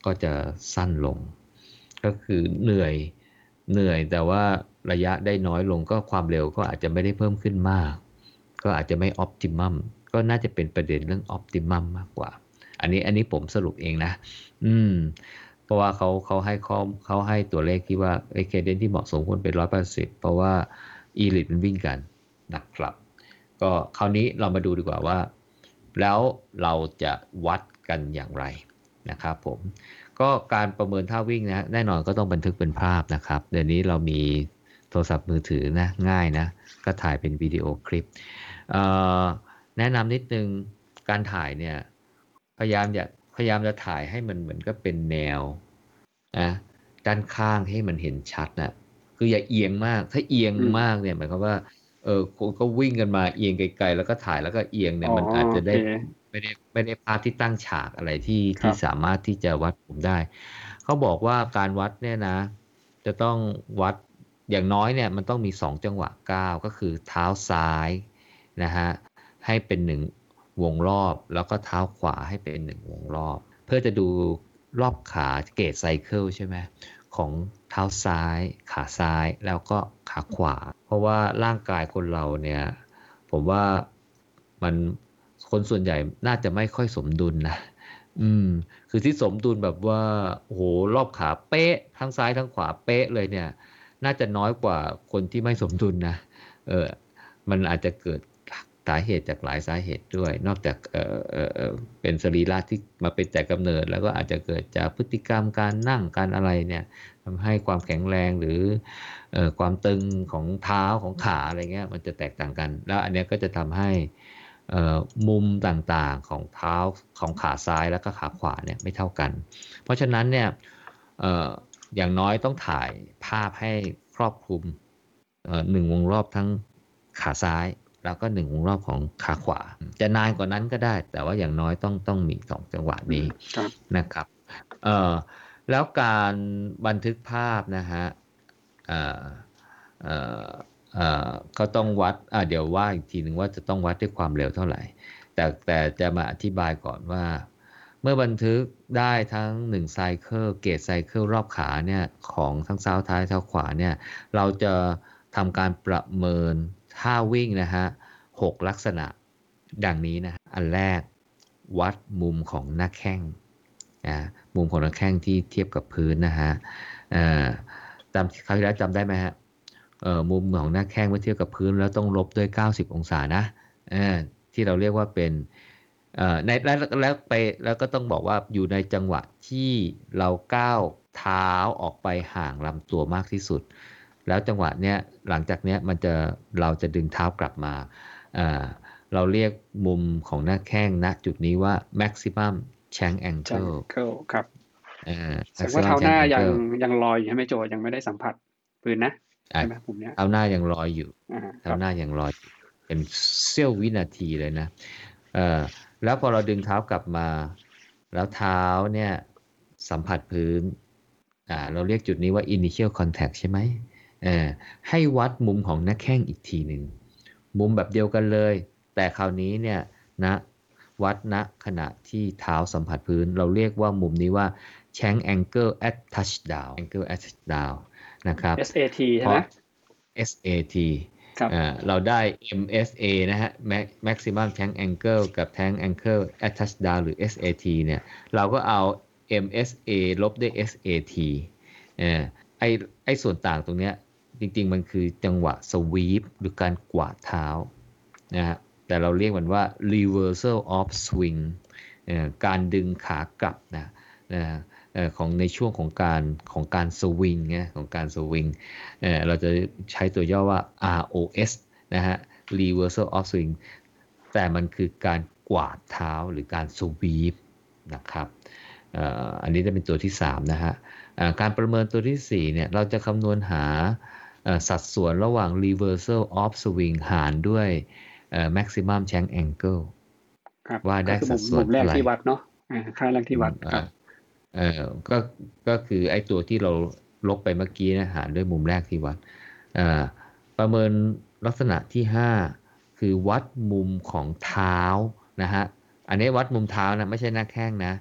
ก็จะสั้นลงก็คือเหนื่อยแต่ว่าระยะได้น้อยลงก็ความเร็วก็อาจจะไม่ได้เพิ่มขึ้นมากก็อาจจะไม่ออ t ติมัมก็น่าจะเป็นประเด็นเรื่องออ t ติมัมมากกว่าอันนี้ผมสรุปเองนะเพราะว่าเขาให้ตัวเลขที่ว่าไอ้เคเดนที่เหมาะสมควรเป็น180เพราะว่าอีลิทมันวิ่งกันนะครับก็คราวนี้เรามาดูดีกว่าว่าแล้วเราจะวัดกันอย่างไรนะครับผมก็การประเมินท่าวิ่งนะแน่นอนก็ต้องบันทึกเป็นภาพนะครับเดี๋ยวนี้เรามีโทรศัพท์มือถือนะง่ายนะก็ถ่ายเป็นวิดีโอคลิปแนะนำนิดนึงการถ่ายเนี่ยพยายามจะถ่ายให้มันเหมือนก็เป็นแนวนะด้านข้างให้มันเห็นชัดนะคืออย่าเอียงมากถ้าเอียงมากเนี่ยหมายความว่าคนก็วิ่งกันมาเอียงไกลๆแล้วก็ถ่ายแล้วก็เอียงเนี่ยมันอาจจะได้ไม่ได้ภาพที่ตั้งฉากอะไรที่สามารถที่จะวัดมุมได้เขาบอกว่าการวัดเนี่ยนะจะต้องวัดอย่างน้อยเนี่ยมันต้องมี2จังหวะก้าวก็คือเท้าซ้ายนะฮะให้เป็น1วงรอบแล้วก็เท้าขวาให้เป็น1วงรอบเพื่อจะดูรอบขาเกจไซเคิลใช่ไหมของเท้าซ้ายขาซ้ายแล้วก็ขาขวาเพราะว่าร่างกายคนเราเนี่ยผมว่ามันคนส่วนใหญ่น่าจะไม่ค่อยสมดุลนะคือที่สมดุลแบบว่าโอ้โหรอบขาเป๊ะทั้งซ้ายทั้งขวาเป๊ะเลยเนี่ยน่าจะน้อยกว่าคนที่ไม่สมดุลนะมันอาจจะเกิดสาเหตุจากหลายสาเหตุด้วยนอกจากเป็นสรีระที่มาเป็นแต่กำเนิดแล้วก็อาจจะเกิดจากพฤติกรรมการนั่งการอะไรเนี่ยทำให้ความแข็งแรงหรือความตึงของเท้าของขาอะไรเงี้ยมันจะแตกต่างกันแล้วอันนี้ก็จะทำให้มุมต่างๆของเท้าของขาซ้ายแล้วก็ขาขวาเนี่ยไม่เท่ากันเพราะฉะนั้นเนี่ยอย่างน้อยต้องถ่ายภาพให้ครอบคลุม1วงรอบทั้งขาซ้ายแล้วก็1วงรอบของขาขวาจะนานกว่านั้นก็ได้แต่ว่าอย่างน้อยต้องมี2จังหวะนี้นะครับแล้วการบันทึกภาพนะฮะก็ต้องวัดเดี๋ยวว่าอีกทีหนึ่งว่าจะต้องวัดด้วยความเร็วเท่าไหร่แต่จะมาอธิบายก่อนว่าเมื่อบันทึกได้ทั้ง1ไซเคิลเกจไซเคิลรอบขาเนี่ยของทั้งเท้าซ้ายเท้าขวาเนี่ยเราจะทำการประเมินท่าวิ่งนะฮะ6ลักษณะดังนี้นะอันแรกวัดมุมของหน้าแข้งมุมของหน้าแข้งที่เทียบกับพื้นนะฮะคราวที่แล้วจำได้ไหมฮะมุมของหน้าแข้งเมื่อเทียบกับพื้นแล้วต้องลบด้วย90องศานะที่เราเรียกว่าเป็นในแล้วก็ต้องบอกว่าอยู่ในจังหวะที่เราก้าวเท้าออกไปห่างลำตัวมากที่สุดแล้วจังหวะเนี้ยหลังจากเนี้ยเราจะดึงเท้ากลับมาเราเรียกมุมของหน้าแข้งณจุดนี้ว่า maximum shank angle ครับแสดงว่าเท้าหน้ายังลอยอยู่ใช่ไหมโจยังไม่ได้สัมผัสพื้นนะใช่ไหมผมเนี้ยเท้าหน้ายังลอยอยู่เท้าหน้ายังลอยเป็นเสี้ยววินาทีเลยนะแล้วพอเราดึงเท้ากลับมาแล้วเท้าเนี่ยสัมผัสพื้นเราเรียกจุดนี้ว่า initial contact ใช่ไหมให้วัดมุมของหน้าแข้งอีกทีหนึ่งมุมแบบเดียวกันเลยแต่คราวนี้เนี่ยวัดณขณะที่เท้าสัมผัสพื้นเราเรียกว่ามุมนี้ว่า shank angle at touchdown angle at touchdown นะครับ SAT ใช่ไหม SAT เราได้ MSA นะฮะ maximum shank angle กับ shank angle at touchdown หรือ SAT เนี่ยเราก็เอา MSA ลบด้วย SAT ไอ้ส่วนต่างตรงเนี้ยจริงๆมันคือจังหวะสวีปหรือการกวาดเท้านะฮะแต่เราเรียกมันว่า reversal of swing การดึงขากลับนะของในช่วงของการสวิงนะของการสวิงเราจะใช้ตัวย่อว่า ROS นะฮะ reversal of swing แต่มันคือการกวาดเท้าหรือการสวีปนะครับอันนี้จะเป็นตัวที่3นะฮะการประเมินตัวที่4เนี่ยเราจะคำนวณหาสัดส่วนระหว่าง reversal of swing หารด้วย maximum shank angle ว่าได้สัดส่วนเท่าไหร่มุมแรกที่วัดเนาะค่าแรกที่วัดครับก็คือไอ้ตัวที่เราลบไปเมื่อกี้นะหารด้วยมุมแรกที่วัดประเมินลักษณะที่5คือวัดมุมของเท้านะฮะอันนี้วัดมุมเท้านะไม่ใช่หน้าแข้งนะวั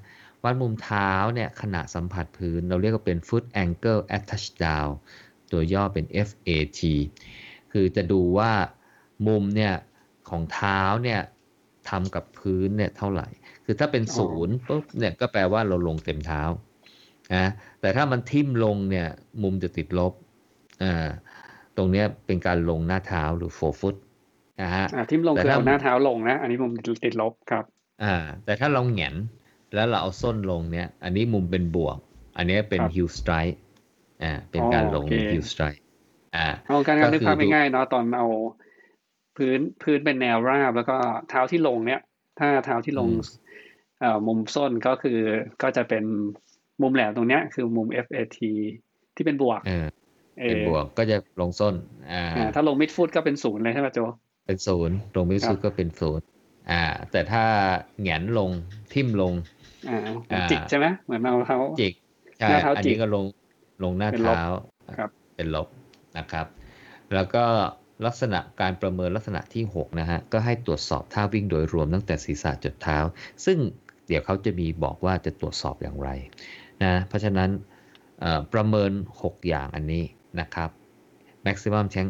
วัดมุมเท้าเนี่ยขณะสัมผัสพื้นเราเรียกว่าเป็น foot angle at touchdown ตัวย่อเป็น FAT คือจะดูว่ามุมเนี่ยของเท้าเนี่ยทำกับพื้นเนี่ยเท่าไหร่คือถ้าเป็นศูนย์ปุ๊บเนี่ยก็แปลว่าเราลงเต็มเท้านะแต่ถ้ามันทิ่มลงเนี่ยมุมจะติดลบตรงนี้เป็นการลงหน้าเท้าหรือ forefoot นะฮะทิ่มลงคือเอาหน้าเท้าลงนะอันนี้มุมติดลบครับแต่ถ้าเราแหงนแล้วเราเอาส้นลงเนี่ยอันนี้มุมเป็นบวกอันนี้เป็น heel strike เป็นการลง heel strike เอาการนึกภาพง่ายๆเนาะตอนเอาพื้นเป็นแนวราบแล้วก็เท้าที่ลงเนี่ยถ้าเท้าที่ลงมุมส้นก็จะเป็นมุมแหลมตรงเนี้ยคือมุม FAT ที่เป็นบวกเป็นบวกก็จะลงส้นถ้าลงมิดฟุตก็เป็นศูนย์เลยใช่ไหมโจเป็นศูนย์ลงมิดฟุตก็เป็นศูนย์แต่ถ้าแหงนลงทิ่มลงจิกใช่ไหมเหมือนเอาเท้าจิกใช่อันนี้ก็ลงหน้าเท้าเป็นลบนะครับแล้วก็ลักษณะการประเมินลักษณะที่6นะฮะก็ให้ตรวจสอบท่าวิ่งโดยรวมตั้งแต่ศีรษะจดเท้าซึ่งเดี๋ยวเขาจะมีบอกว่าจะตรวจสอบอย่างไรนะเพราะฉะนั้นประเมิน6อย่างอันนี้นะครับ maximum shank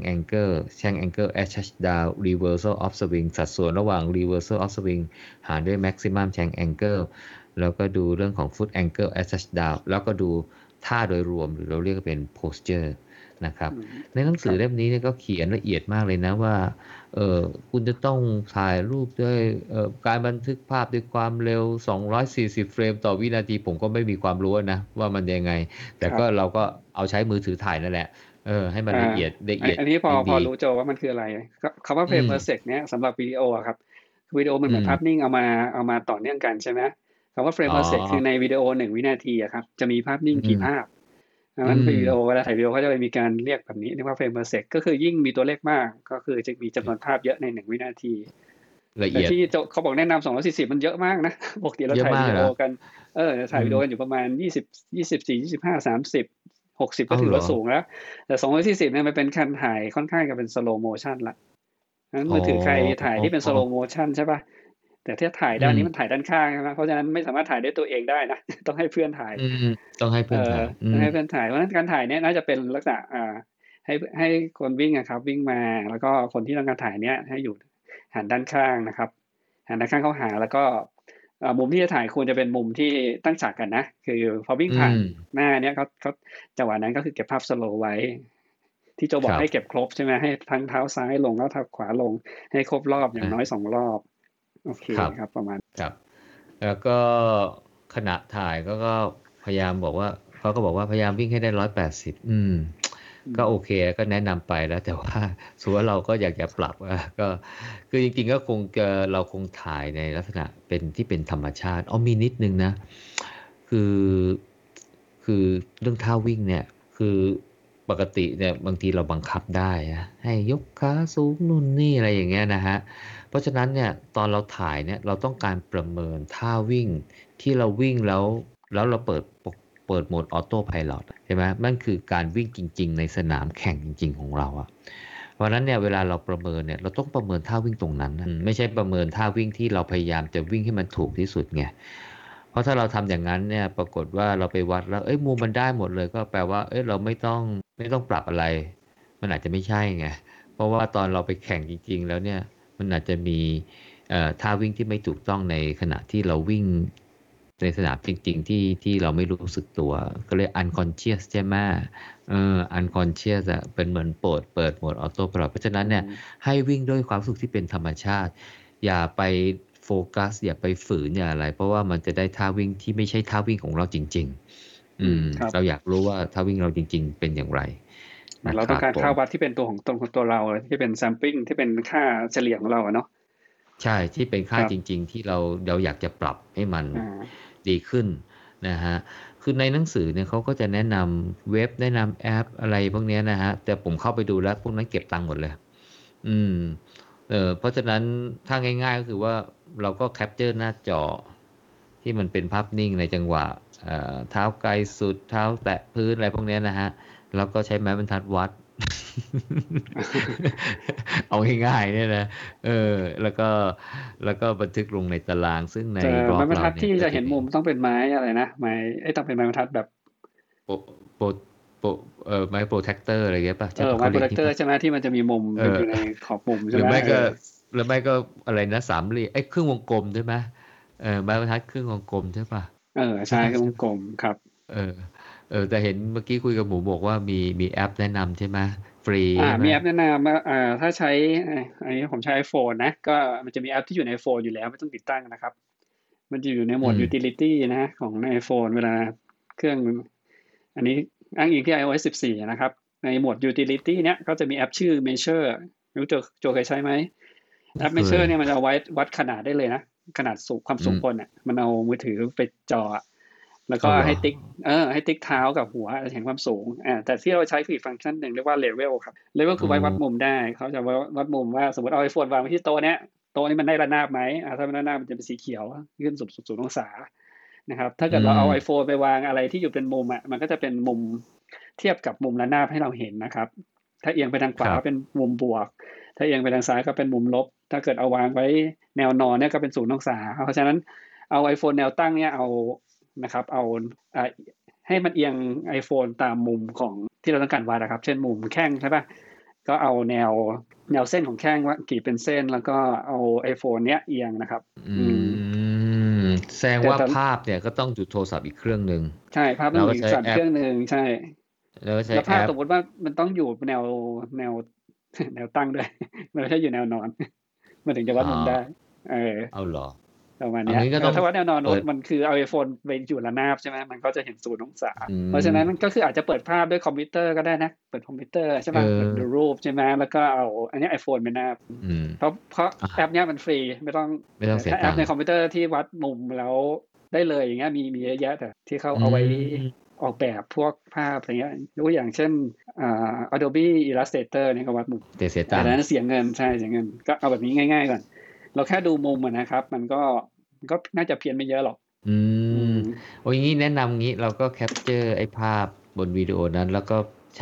angle at touchdown reversal of swing สัดส่วนระหว่าง reversal of swing หารด้วย maximum shank angle แล้วก็ดูเรื่องของ foot angle at touchdown แล้วก็ดูท่าโดยรวมหรือเราเรียกว่าเป็น posture นะครับในหนังสือเล่มนี้ก็เขียนละเอียดมากเลยนะว่าคุณจะต้องถ่ายรูปด้วยการบันทึกภาพด้วยความเร็ว240เฟรมต่อวินาทีผมก็ไม่มีความรู้นะว่ามันยังไงแต่ก็เราก็เอาใช้มือถือถ่ายนั่นแหละให้มันละเอียดอันนี้พอรู้โจว่ามันคืออะไรคำว่า frame per sec เนี่ยสำหรับวิดีโอครับวิดีโอมันเหมือนภาพนิ่งเอามาต่อเนื่องกันใช่ไหมคำว่า frame per sec คือในวิดีโอ1วินาทีครับจะมีภาพนิ่งกี่ภาพนั้นวิดีโอเวลาถ่ายวิดีโอเขาจะมีการเรียกแบบนี้เรียกว่า frame per sec ก็คือยิ่งมีตัวเลขมากก็คือจะมีจำนวนภาพเยอะใน1วินาทีแต่ที่เขาบอกแนะนำ240มันเยอะมากนะปกติเราถ่ายวิดีโอกันถ่ายวิดีโอกันอยู่ประมาณ20 24 25 30 60ก็ถือว่าสูงแล้วแต่240เนี่ยมันเป็นการถ่ายค่อนข้างจะเป็น slow motion ละนั้นมือถือใครถ่ายที่เป็น slow motion ใช่ป่ะแต่ถ้าถ่ายด้านนี้มันถ่ายด้านข้างใช่ไหมเพราะฉะนั้นไม่สามารถถ่ายด้วยตัวเองได้นะต้องให้เพื่อนถ่ายต้องให้เพื่อนถ่ายเพราะฉะนั้นการถ่ายเนี่ยน่าจะเป็นลักษณะให้คนวิ่งครับวิ่งมาแล้วก็คนที่ต้องการถ่ายเนี่ยให้อยู่หันด้านข้างนะครับหันด้านข้างเข้าหาแล้วก็มุมที่จะถ่ายควรจะเป็นมุมที่ตั้งฉากกันนะคือพอวิ่งผ่านหน้าเนี่ยเขาจังหวะนั้นก็คือเก็บภาพสโลว์ไว้ที่โจบอกให้เก็บครบใช่ไหมให้ทั้งเท้าซ้ายลงแล้วเท้าขวาลงให้ครบรอบอย่างน้อย2รอบโอเคครับประมาณครับแล้วก็ขณะถ่ายก็พยายามบอกว่าเขาก็บอกว่าพยายามวิ่งให้ได้180ก็โอเคก็แนะนำไปแล้วแต่ว่าสมมุติว่าเราก็อยากจะปรับก็คือจริงๆก็เราคงถ่ายในลักษณะเป็นที่เป็นธรรมชาติมีนิดนึงนะคือเรื่องท่าวิ่งเนี่ยคือปกติเนี่ยบางทีเราบังคับได้นะให้ยกขาสูงนู่นนี่อะไรอย่างเงี้ยนะฮะเพราะฉะนั้นเนี่ยตอนเราถ่ายเนี่ยเราต้องการประเมินท่าวิ่งที่เราวิ่งแล้วเราเปิดโหมดออโต้ไพลอตใช่ไหมมันคือการวิ่งจริงๆในสนามแข่งจริงๆของเราอะเพราะนั้นเนี่ยเวลาเราประเมินเนี่ยเราต้องประเมินท่าวิ่งตรงนั้นไม่ใช่ประเมินท่าวิ่งที่เราพยายามจะวิ่งให้มันถูกที่สุดไงเพราะถ้าเราทำอย่างนั้นเนี่ยปรากฏว่าเราไปวัดแล้วมุมมันได้หมดเลยก็แปลว่าเราไม่ต้องปรับอะไรมันอาจจะไม่ใช่ไงเพราะว่าตอนเราไปแข่งจริงๆแล้วเนี่ยมันอาจจะมีท่าวิ่งที่ไม่ถูกต้องในขณะที่เราวิ่งในสนามจริงๆที่เราไม่รู้สึกตัวก็เรียก unconscious ใช่ไหมunconscious เป็นเหมือนเปิดโหมดออโต้ไพลอตเพราะฉะนั้นเนี่ยให้วิ่งด้วยความรู้สึกที่เป็นธรรมชาติอย่าไปโฟกัสอย่าไปฝืนอย่าอะไรเพราะว่ามันจะได้ท่าวิ่งที่ไม่ใช่ท่าวิ่งของเราจริงๆเราอยากรู้ว่าท่าวิ่งเราจริงๆเป็นอย่างไรเราต้องการค่าวัดที่เป็นตัวของตัวเราที่เป็น sampling ที่เป็นค่าเฉลี่ยของเราเนาะใช่ที่เป็นค่าจริงๆที่เราอยากจะปรับให้มันดีขึ้นนะฮะคือในหนังสือเนี่ยเขาก็จะแนะนำเว็บแนะนำแอปอะไรพวกนี้นะฮะแต่ผมเข้าไปดูแล้วพวกนั้นเก็บตังค์หมดเลยเพราะฉะนั้นถ้าง่ายๆก็คือว่าเราก็แคปเจอร์หน้าจอที่มันเป็นภาพนิ่งในจังหวะเท้าไกลสุดเท้าแตะพื้นอะไรพวกนี้นะฮะแล้วก็ใช้ไม้บรรทัดวัดเอาง่ายๆเนี่ยนะแล้วก็บันทึกลงในตารางซึ่งในจะบล็อไม้บรรกเราเนี่ยทัดที่จะก็จะมีเห็นมุมต้องเป็นไม้อะไรนะไม้ต้องเป็นไม้บรรทัดแบบโปรโปรโปรไม้โปรเทคเตอร์อะไรเงี้ยป่ะใช่ป่ะไม้เขาโปรเจคเตอร์เรียกนี่ป่ะใช่ไหมที่มันจะมีมุมเออเป็นอยู่ในขอบมุมใช่ไหมหรือไม่ก็หรือไม่ก็อะไรนะสามเหลี่ยมครึ่งวงกลมใช่ไหมไม้บรรทัดครึ่งวงกลมใช่ป่ะใช่ใช่คือวป่ะใช่ป่ะงกลมครับเออแต่เห็นเมื่อกี้คุยกับหมูบอกว่ามีแอปแนะนำใช่ไหมฟรีใช่ไหมมีแอปแนะนำว่าถ้าใช้อันนี้ผมใช้ iPhone นะก็มันจะมีแอปที่อยู่ใน iPhone อยู่แล้วไม่ต้องติดตั้งนะครับมันจะอยู่ในโหมดอืม utility นะของใน iPhone เวลาเครื่องอันนี้อ้างอิงที่ iOS 14นะครับในโหมด utility เนี้ยก็จะมีแอปชื่อ Measure ไม่รู้โจเคยใช้ไหมแอปไม่เคย Measure เนี่ยมันจะเอาไว้วัดขนาดได้เลยนะขนาดสูงความสูงคนอืมอ่ะมันเอามือถือไปจ่อแล้วก็เอาเหรอให้ติ๊กเท้ากับหัวจะเห็นความสูงแต่ที่เราใช้คืออีกฟังก์ชันหนึ่งเรียกว่า level ครับ level อ๋คือไว้วัดมุมอได้เขาจะวัดมุมว่าสมมติเอา iPhone วางไว้ที่โต๊ะเนี้ยโต๊ะนี้มันได้ระนาบไหมถ้ามันระนาบมันจะเป็นสีเขียวขึ้น0 องศานะครับถ้าเกิอืดเราเอาม iPhone ไปวางอะไรที่อยู่เป็นมุมมันก็จะเป็นมุมเทียบกับมุมระนาบให้เราเห็นนะครับถ้าเอียงไปทางขครับวาก็เป็นมุมบวกถ้าเอียงไปทางซ้ายก็เป็นมุมลบถ้าเกิดเอาวางไว้แนวนอนเนี่ยก็เป็น0 องศาเพราะฉะนั้นเอา iPhone แนวตั้งเนี่ยเอานะครับเอาอ่าให้มันเอียง iPhone ตามมุมของที่เราต้องการวัดนะครับเช่นมุมแข้งใช่ป่ะก็เอาแนวเส้นของแข้งว่ากรีดเป็นเส้นแล้วก็เอา iPhone เนี้ยเอียงนะครับอือืมแสดงว่าแต่ภาพเนี่ยก็ต้องจุดโทรศัพท์อีกเครื่องหนึ่งใช่ภาพต้องแล้วอยู่อีกสั่นก็ใช้แอปเครื่องหนึ่งใช่แล้วก็ใช้แล้วแอปภาพสมมติว่ามันต้องอยู่แนวแนวตั้งด้วยมันไม่ใช่อยู่แนวนอนมันถึงจะวัอ๋อดมุมได้เออเอาเหรอประมาณเนี้ยเอางี้ก็ต้องถ้าวัดแนวนอนเปิดมันคือเอา iPhone ไปอยู่ระนาบใช่ไหมมันก็จะเห็น0 องศาอืเพราะฉะนั้นมก็คืออาจจะเปิดภาพด้วยคอมพิวเตอร์ก็ได้นะเปิดคอมพิวเตอร์ใช่เอป่ะเปิดดูอรูปใช่ไหมแล้วก็เอาอันนี้ iPhone เป็นหน้าอืมเพราะอ่ะแอปเนี้ยมันฟรีไม่ต้องไม่ต้องเสียถ้าแอปตังค์ในคอมพิวเตอร์ที่วัดมุมแล้วได้เลยอย่างเงี้ยมีเยอะแยะแต่ที่เขาอืเอาไว้มออกแบบพวกภาพอะไรเงี้ยยกอย่างเช่นAdobe Illustrator เนี่ยก็วัดมุมแต่เสียแต่ตังค์นั้นเสียเงินใช่เสียเงินก็เอาแบบนี้ง่ายๆก่อนเราแค่ดูมุมนะครับมันก็น่าจะเพี้ยนไม่เยอะหรอกอือืมมโอ้ยงี้แนะนำงี้เราก็แคปเจอร์ไอ้ภาพบนวิดีโอนั้นแล้วก็ใช้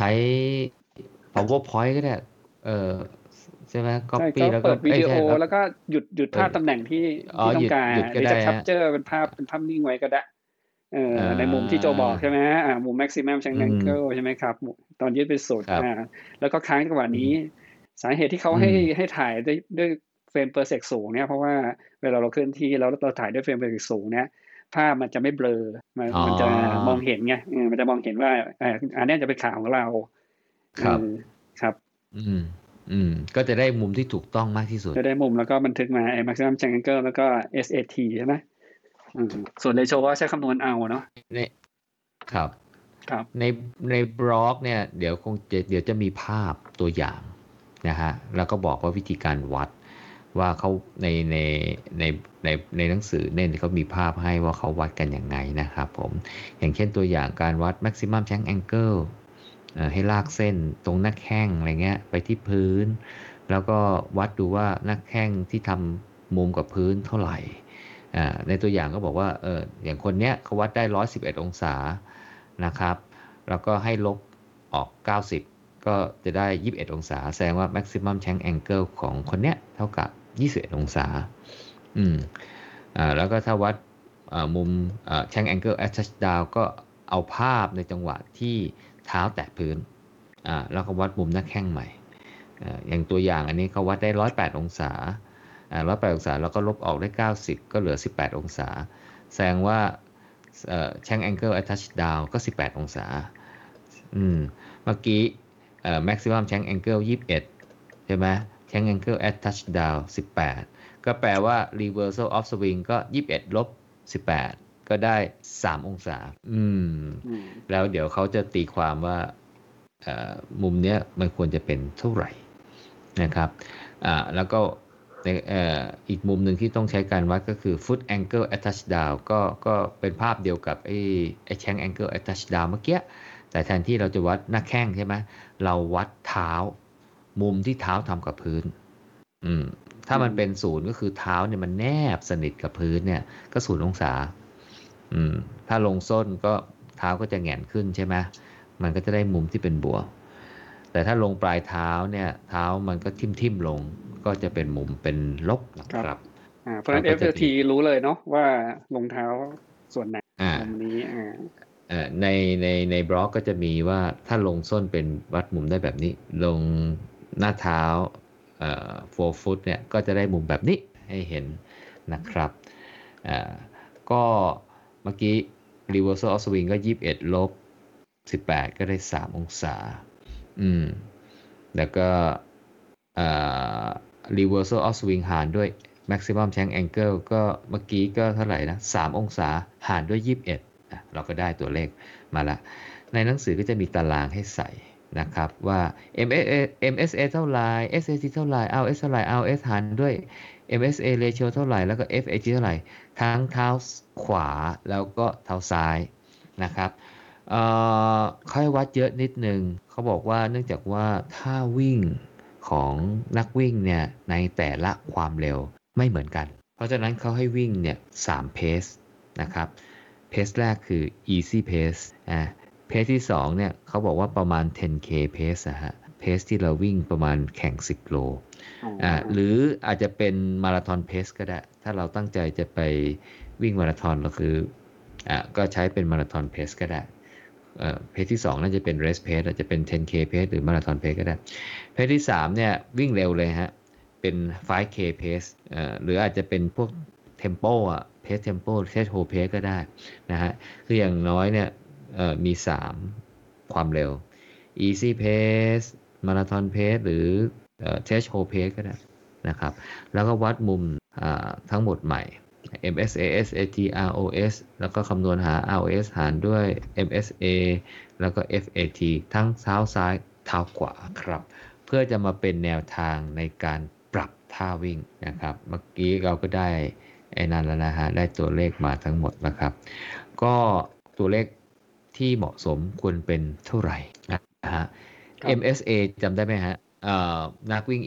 PowerPoint ก็ได้เออใช่ไหมใช่ Copy ก็แล้วก็เปิดวิดีโอใช่แล้วแล้วก็หยุดเออภาพตำแหน่งที่หต้องการยุดก็หรือจะแคปได้ฮะเจอร์เป็นภาพนิ่งไว้ก็ได้อ่ในมุมที่โจาบอกใช่ไหมมุม maximum อื change ม angle ใช่ไหมครับตอนยืดไปสุดครับแล้วก็ค้างจังหวะนี้อืมสาเหตุที่เขาอืให้มถ่ายด้วยเฟรม per sec สูงเนี่ยเพราะว่าเวลาเราเคลื่อนที่แล้วเราถ่ายด้วยเฟรม per sec สูงเนี่ยภาพมันจะไม่เบลออ๋อมันจะมองเห็นไงมันจะมองเห็นว่าอันนี้จะเป็นขาของเราเอครับอครับอืมก็จะได้มุมที่ถูกต้องมากที่สุดจะได้มุมแล้วก็บันทึกมาmaximum change angle แล้วก็ SAT ใช่ไหมส่วนเรโชก็ใช้คำนวณเอาเนาะในครับครับในในบล็อกเนี่ยเดี๋ยวจะมีภาพตัวอย่างนะฮะแล้วก็บอกว่าวิธีการวัดว่าเขาในในหนังสือเนี่ยเขามีภาพให้ว่าเขาวัดกันยังไงนะครับผมอย่างเช่นตัวอย่างการวัด maximum change angle ให้ลากเส้นตรงหน้าแข้งอะไรเงี้ยไปที่พื้นแล้วก็วัดดูว่าหน้าแข้งที่ทำมุมกับพื้นเท่าไหร่ในตัวอย่างก็บอกว่าอย่างคนเนี้ยเขาวัดได้111องศานะครับแล้วก็ให้ลบออก90ก็จะได้21องศาแสดงว่า maximum change angle ของคนเนี้ยเท่ากับ21องศาอืมแล้วก็ถ้าวัดมุมchange angle at touchdown ก็เอาภาพในจังหวะที่เท้าแตะพื้นแล้วก็วัดมุมหน้าแข้งใหม่อย่างตัวอย่างอันนี้เขาวัดได้108องศา108องศาแล้วก็ลบออกได้90ก็เหลือ18องศาแสดงว่าchange angle at touchdown ก็18องศาเมื่อกี้maximum change angle 21ใช่ไหม change angle at touchdown 18ก็แปลว่า reversal of swing ก็21ลบ18ก็ได้3องศาแล้วเดี๋ยวเขาจะตีความว่ามุมเนี้ยมันควรจะเป็นเท่าไหร่นะครับแล้วก็อีกมุมหนึ่งที่ต้องใช้การวัดก็คือ foot angle at touchdown ก็เป็นภาพเดียวกับไอ้ change angle at touchdown เมื่อกี้แต่แทนที่เราจะวัดหน้าแข้งใช่ไหมเราวัดเท้ามุมที่เท้าทำกับพื้นถ้ามันเป็น0ก็คือเท้าเนี่ยมันแนบสนิทกับพื้นเนี่ยก็0องศาถ้าลงส้นก็เท้าก็จะแหงนขึ้นใช่ไหมมันก็จะได้มุมที่เป็นบวกแต่ถ้าลงปลายเท้าเนี่ยเท้ามันก็ทิ่มลงก็จะเป็นมุมเป็นลบนะครับเพราะฉะนั้น FLT รู้เลยเนาะว่ารองเท้าส่วนไหนมุมนี้ในบล็อกก็จะมีว่าถ้าลงส้นเป็นวัดมุมได้แบบนี้ลงหน้าเท้าforefoot เนี่ยก็จะได้มุมแบบนี้ให้เห็นนะครับก็เมื่อกี้ reversal of swing ก็21ลบ18ก็ได้3องศาแล้วก็ reversal of swing หารด้วย maximum shank angle ก็เมื่อกี้ก็เท่าไหร่นะ3องศาหารด้วย21เราก็ได้ตัวเลขมาละในหนังสือก็จะมีตารางให้ใส่นะครับว่า MSA เท่าไหร่ SAT เท่าไหร่ RS เท่าไหร่ RS หารด้วย MSA ratio เท่าไหร่แล้วก็ FAT เท่าไหร่ทั้งเท้าขวาแล้วก็เท้าซ้ายนะครับค่อยวัดเยอะนิดนึงเขาบอกว่าเนื่องจากว่าท่าวิ่งของนักวิ่งเนี่ยในแต่ละความเร็วไม่เหมือนกันเพราะฉะนั้นเขาให้วิ่งเนี่ย3เพสนะครับเพสแรกคือ easy pace เพสที่2เนี่ยเขาบอกว่าประมาณ 10k pace เพสที่เราวิ่งประมาณแข่ง10โลหรืออาจจะเป็นมาราธอนเพสก็ได้ถ้าเราตั้งใจจะไปวิ่งมาราธอนก็คือก็ใช้เป็นมาราธอนเพสก็ได้เพจที่2น่าจะเป็น race pace อาจจะเป็น 10k pace หรือมาราธอนเพสก็ได้เพจที่3เนี่ยวิ่งเร็วเลยฮะเป็น 5k pace หรืออาจจะเป็นพวก tempo pace tempo tempo pace ก็ได้นะฮะคืออย่างน้อยเนี่ยมี3ความเร็ว easy pace marathon pace หรือtempo pace ก็ได้นะครับแล้วก็วัดมุมทั้งหมดใหม่MSA SAT ROS แล้วก็คำนวณหา ROS หารด้วย MSA แล้วก็ FAT ทั้งเท้าซ้ายเท้าขวาครับเพื่อจะมาเป็นแนวทางในการปรับท่าวิ่งนะครับเมื่อกี้เราก็ได้ไอ้นั่นแล้วนะฮะได้ตัวเลขมาทั้งหมดนะครับก็ตัวเลขที่เหมาะสมควรเป็นเท่าไหร่นะฮะ MSA จำได้ไหมฮะนักวิ่ง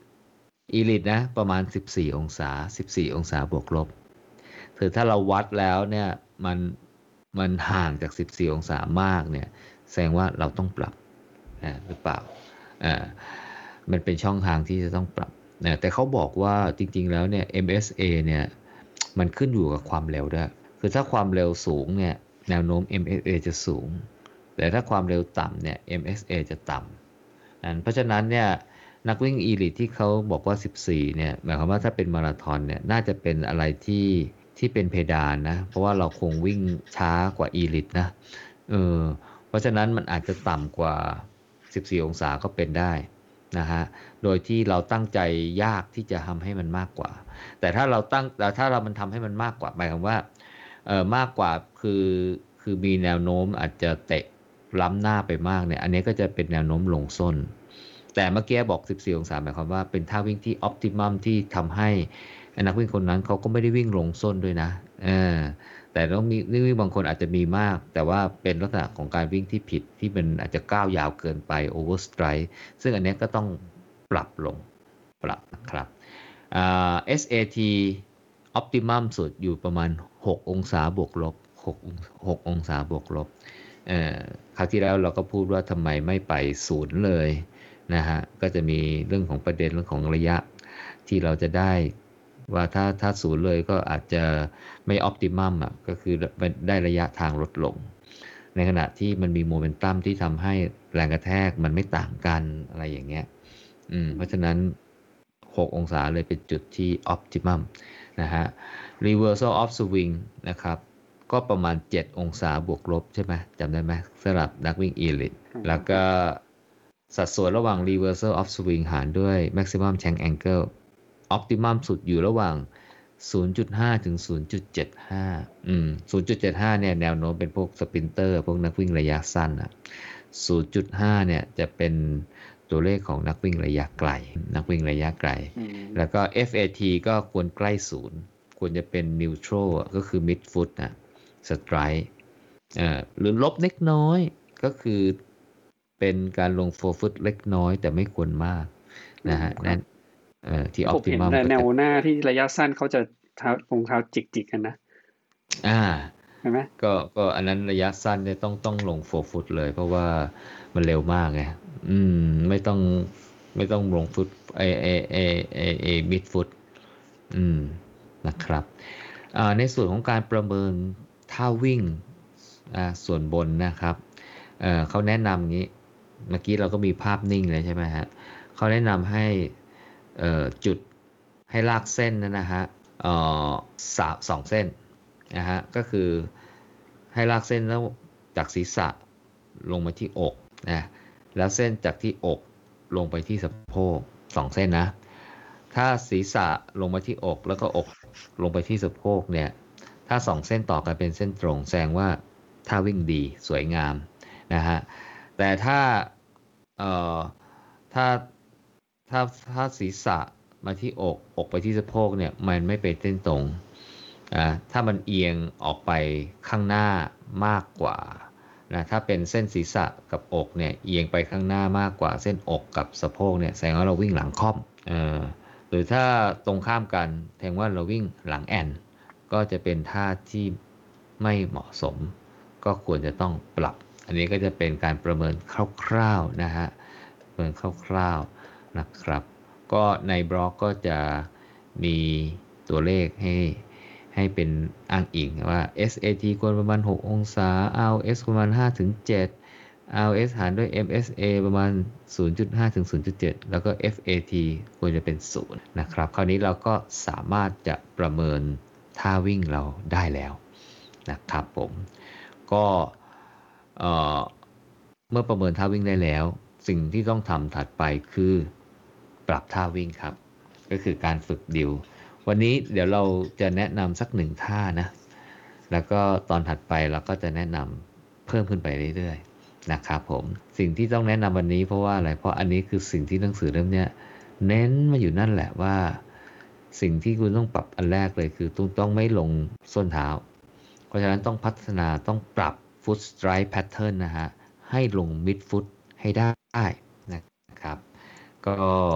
Elite นะประมาณ14องศาบวกลบคือถ้าเราวัดแล้วเนี่ยมันห่างจาก14องศามากเนี่ยแสดงว่าเราต้องปรับหรือเปล่ามันเป็นช่องทางที่จะต้องปรับแต่เขาบอกว่าจริงๆแล้วเนี่ย MSA เนี่ยมันขึ้นอยู่กับความเร็วด้วยคือถ้าความเร็วสูงเนี่ยแนวโน้ม MSA จะสูงแต่ถ้าความเร็วต่ำเนี่ย MSA จะต่ำเพราะฉะนั้นเนี่ยนักวิ่ง Elite ที่เขาบอกว่า14เนี่ยหมายความว่าถ้าเป็นมาราธอนเนี่ยน่าจะเป็นอะไรที่เป็นเพดานนะเพราะว่าเราคงวิ่งช้ากว่า Elite นะเพราะฉะนั้นมันอาจจะต่ำกว่า14องศาก็เป็นได้นะฮะโดยที่เราตั้งใจยากที่จะทำให้มันมากกว่าแต่ถ้าเรามันทำให้มันมากกว่าหมายความว่ามากกว่าคือมีแนวโน้มอาจจะเตะล้ำหน้าไปมากเนี่ยอันนี้ก็จะเป็นแนวโน้มลงส้นแต่เมื่อกี้บอก14องศาหมายความว่าเป็นท่าวิ่งที่ optimum ที่ทำให้นักวิ่งคนนั้นเขาก็ไม่ได้วิ่งลงส้นด้วยนะแต่ต้องมีนักวิ่งบางคนอาจจะมีมากแต่ว่าเป็นลักษณะของการวิ่งที่ผิดที่มันอาจจะก้าวยาวเกินไป overstride ซึ่งอันนี้ก็ต้องปรับนะครับSAT optimum สุดอยู่ประมาณ6องศาบวกลบ6องศาบวกลบคราวที่แล้วเราก็พูดว่าทำไมไม่ไปศูนย์เลยนะฮะก็จะมีเรื่องของประเด็นเรื่องของระยะที่เราจะได้ว่าถ้าศูนย์เลยก็อาจจะไม่ออปติมัมก็คือได้ระยะทางลดลงในขณะที่มันมีโมเมนตัมที่ทำให้แรงกระแทกมันไม่ต่างกันอะไรอย่างเงี้ยเพราะฉะนั้น6องศาเลยเป็นจุดที่ออปติมัมนะฮะ reversal of swing นะครับก็ประมาณ7องศาบวกลบใช่ไหมจำได้ไหมสำหรับนักวิ่ง Elite แล้วก็สัดส่วนระหว่าง reversal of swing หารด้วย maximum shank angle optimum สุดอยู่ระหว่าง 0.5 ถึง 0.75 0.75 เนี่ยแนวโน้มเป็นพวกสปรินเตอร์พวกนักวิ่งระยะสั้น0.5 เนี่ยจะเป็นตัวเลขของนักวิ่งระยะไกลแล้วก็ FAT ก็ควรใกล้ศูนย์ควรจะเป็น neutral ก็คือ mid foot strike หรือลบเล็กน้อยก็คือเป็นการลง forefoot เล็กน้อยแต่ไม่ควรมากนะฮะนั่นที่ optimum ผมเห็นแนวหน้าที่ระยะสั้นเขาจะรองเท้าจิกๆกันนะไหมก็อันนั้นระยะสั้นเนี่ยต้องลง4 ฟุตเลยเพราะว่ามันเร็วมากไงไม่ต้องลงฟุตไอมิดฟุตนะครับในส่วนของการประเมินท่าวิ่งส่วนบนนะครับเขาแนะนำงี้เมื่อกี้เราก็มีภาพนิ่งเลยใช่ไหมฮะเขาแนะนำให้จุดให้ลากเส้นนะฮะ2 เส้นนะฮะก็คือให้ลากเส้นแล้วจากศีรษะลงมาที่อกนะแล้วเส้นจากที่อกลงไปที่สะโพก2 เส้นนะถ้าศีรษะลงมาที่อกแล้วก็อกลงไปที่สะโพกเนี่ยถ้า2 เส้นต่อกันเป็นเส้นตรงแสดงว่าท่าวิ่งดีสวยงามนะฮะแต่ถ้าถ้าถ้าศีรษะมาที่อกไปที่สะโพกเนี่ยมันไม่เป็นเส้นตรงถ้ามันเอียงออกไปข้างหน้ามากกว่านะถ้าเป็นเส้นศีรษะกับอกเนี่ยเอียงไปข้างหน้ามากกว่าเส้นอกกับสะโพกเนี่ยแสดงว่าเราวิ่งหลังค่อมหรือถ้าตรงข้ามกันแสดงว่าเราวิ่งหลังแอนก็จะเป็นท่าที่ไม่เหมาะสมก็ควรจะต้องปรับอันนี้ก็จะเป็นการประเมินคร่าวๆนะฮะประเมินคร่าวๆนะครับก็ในบล็อกก็จะมีตัวเลขให้เป็นอ้างอิงว่า SAT ควรประมาณ6 องศา RS ประมาณ5 ถึง 7 RS หารด้วย MSA ประมาณ 0.5 ถึง 0.7 แล้วก็ FAT ควรจะเป็น0นะครับคราวนี้เราก็สามารถจะประเมินท่าวิ่งเราได้แล้วนะครับผมก็เมื่อประเมินท่าวิ่งได้แล้วสิ่งที่ต้องทำถัดไปคือปรับท่าวิ่งครับก็คือการฝึกดิววันนี้เดี๋ยวเราจะแนะนำสัก1 ท่านะแล้วก็ตอนถัดไปเราก็จะแนะนำเพิ่มขึ้นไปเรื่อยๆนะครับผมสิ่งที่ต้องแนะนำวันนี้เพราะว่าอะไรเพราะอันนี้คือสิ่งที่หนังสือเล่มนี้เน้นมาอยู่นั่นแหละว่าสิ่งที่คุณต้องปรับอันแรกเลยคือต้องไม่ลงส้นเท้าเพราะฉะนั้นต้องพัฒนาต้องปรับ foot strike pattern นะฮะให้ลง mid foot ให้ได้นะครับก็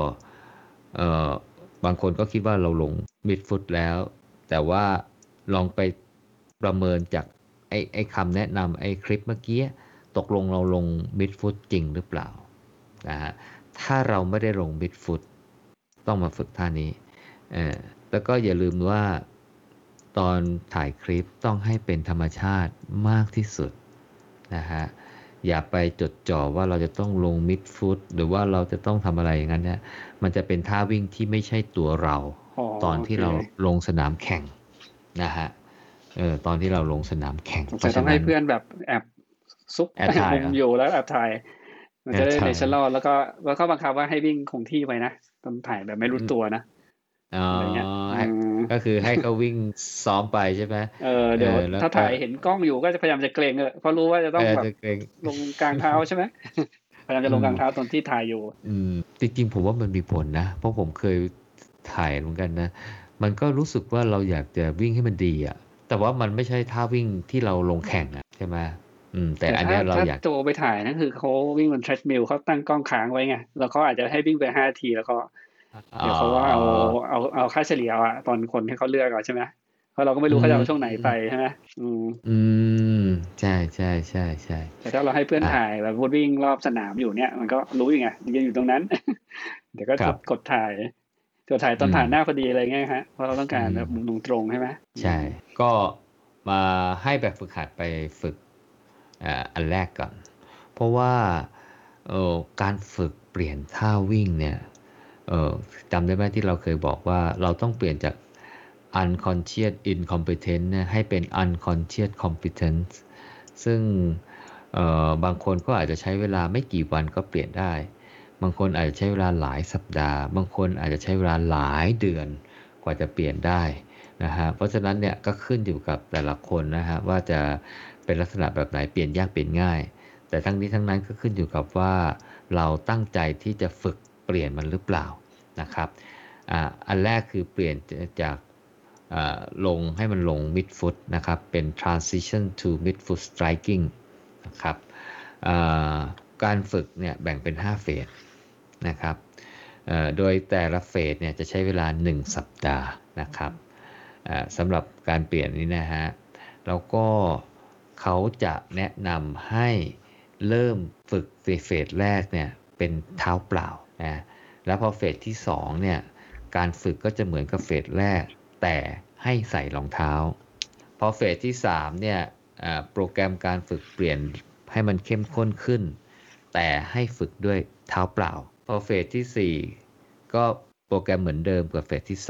บางคนก็คิดว่าเราลง mid foot แล้วแต่ว่าลองไปประเมินจากไอ้คำแนะนำไอ้คลิปเมื่อกี้ตกลงเราลง mid foot จริงหรือเปล่านะฮะถ้าเราไม่ได้ลง mid foot ต้องมาฝึกท่านี้แล้วก็อย่าลืมว่าตอนถ่ายคลิปต้องให้เป็นธรรมชาติมากที่สุดนะฮะอย่าไปจดจ่อว่าเราจะต้องลง mid foot หรือว่าเราจะต้องทำอะไรอย่างนั้นเนี่ยมันจะเป็นท่าวิ่งที่ไม่ใช่ตัวเราตอนที่เราลงสนามแข่งนะฮะตอนที่เราลงสนามแข่งจะต้องให้เพื่อนแบบแอบซุกมุมอยู่แล้วแอบถ่ายมันจะได้เนชั่นแนลแล้วก็บังคับว่าให้วิ่งคงที่ไปนะตอนถ่ายแบบไม่รู้ตัวนะอะไรเงี้ยก็คือให้เขาวิ่งซ้อมไปใช่ไหมเดี๋ยวถ้าถ่ายเห็นกล้องอยู่ก็จะพยายามจะเกรงเพราะรู้ว่าจะต้องแบบลงกลางเท้าใช่ไหมพยายามจะลงกลางเท้าตอนที่ถ่ายอยู่จริงๆผมว่ามันมีผลนะเพราะผมเคยถ่ายเหมือนกันนะมันก็รู้สึกว่าเราอยากจะวิ่งให้มันดีอ่ะแต่ว่ามันไม่ใช่ท่าวิ่งที่เราลงแข่งอ่ะใช่ไหมแต่อันนี้เราอยากโจไปถ่ายนั่นคือเขาวิ่งบนเทรดมิลเขาตั้งกล้องค้างไว้ไงแล้วเขาอาจจะให้วิ่งไป5 นาทีแล้วก็เดี๋ยวเขาว่าเอาค่าเฉลี่ยตอนคนให้เขาเลือกเอาใช่ไหมเพราะเราก็ไม่รู้เขาจะเอาช่วงไหนไปใช่ไหมใช่ใช่ใช่ใช่แต่ถ้าเราให้เพื่อนถ่ายแบบวิ่งรอบสนามอยู่เนี่ยมันก็รู้ยังไงยืนอยู่ตรงนั้น เดี๋ยวก็กดถ่ายตอนผ่านหน้าพอดีอะไรเงี้ยฮะเพราะเราต้องการแบบมุมตรงใช่ไหมใช่ก็มาให้แบบฝึกหัดไปฝึกอันแรกก่อนเพราะว่าการฝึกเปลี่ยนท่าวิ่งเนี่ยจำได้ไหมที่เราเคยบอกว่าเราต้องเปลี่ยนจาก unconscious incompetence เนี่ยให้เป็น unconscious competence ซึ่งบางคนก็อาจจะใช้เวลาไม่กี่วันก็เปลี่ยนได้บางคนอาจจะใช้เวลาหลายสัปดาห์บางคนอาจจะใช้เวลาหลายเดือนกว่าจะเปลี่ยนได้นะฮะเพราะฉะนั้นเนี่ยก็ขึ้นอยู่กับแต่ละคนนะฮะว่าจะเป็นลักษณะแบบไหนเปลี่ยนยากเปลี่ยนง่ายแต่ทั้งนี้ทั้งนั้นก็ขึ้นอยู่กับว่าเราตั้งใจที่จะฝึกเปลี่ยนมันหรือเปล่านะครับอันแรกคือเปลี่ยนจากลงให้มันลง mid foot นะครับเป็น transition to mid foot striking นะครับการฝึกเนี่ยแบ่งเป็น5 เฟสนะครับโดยแต่ละเฟสเนี่ยจะใช้เวลา1 สัปดาห์นะครับสำหรับการเปลี่ยนนี้นะฮะแล้วก็เขาจะแนะนำให้เริ่มฝึกเฟสแรกเนี่ยเป็นเท้าเปล่านะแล้วพอเฟสที่2เนี่ยการฝึกก็จะเหมือนกับเฟสแรกแต่ให้ใส่รองเท้าพอเฟสที่3เนี่ยโปรแกรมการฝึกเปลี่ยนให้มันเข้มข้นขึ้นแต่ให้ฝึกด้วยเท้าเปล่าพอเฟสที่4ก็โปรแกรมเหมือนเดิมกับเฟสที่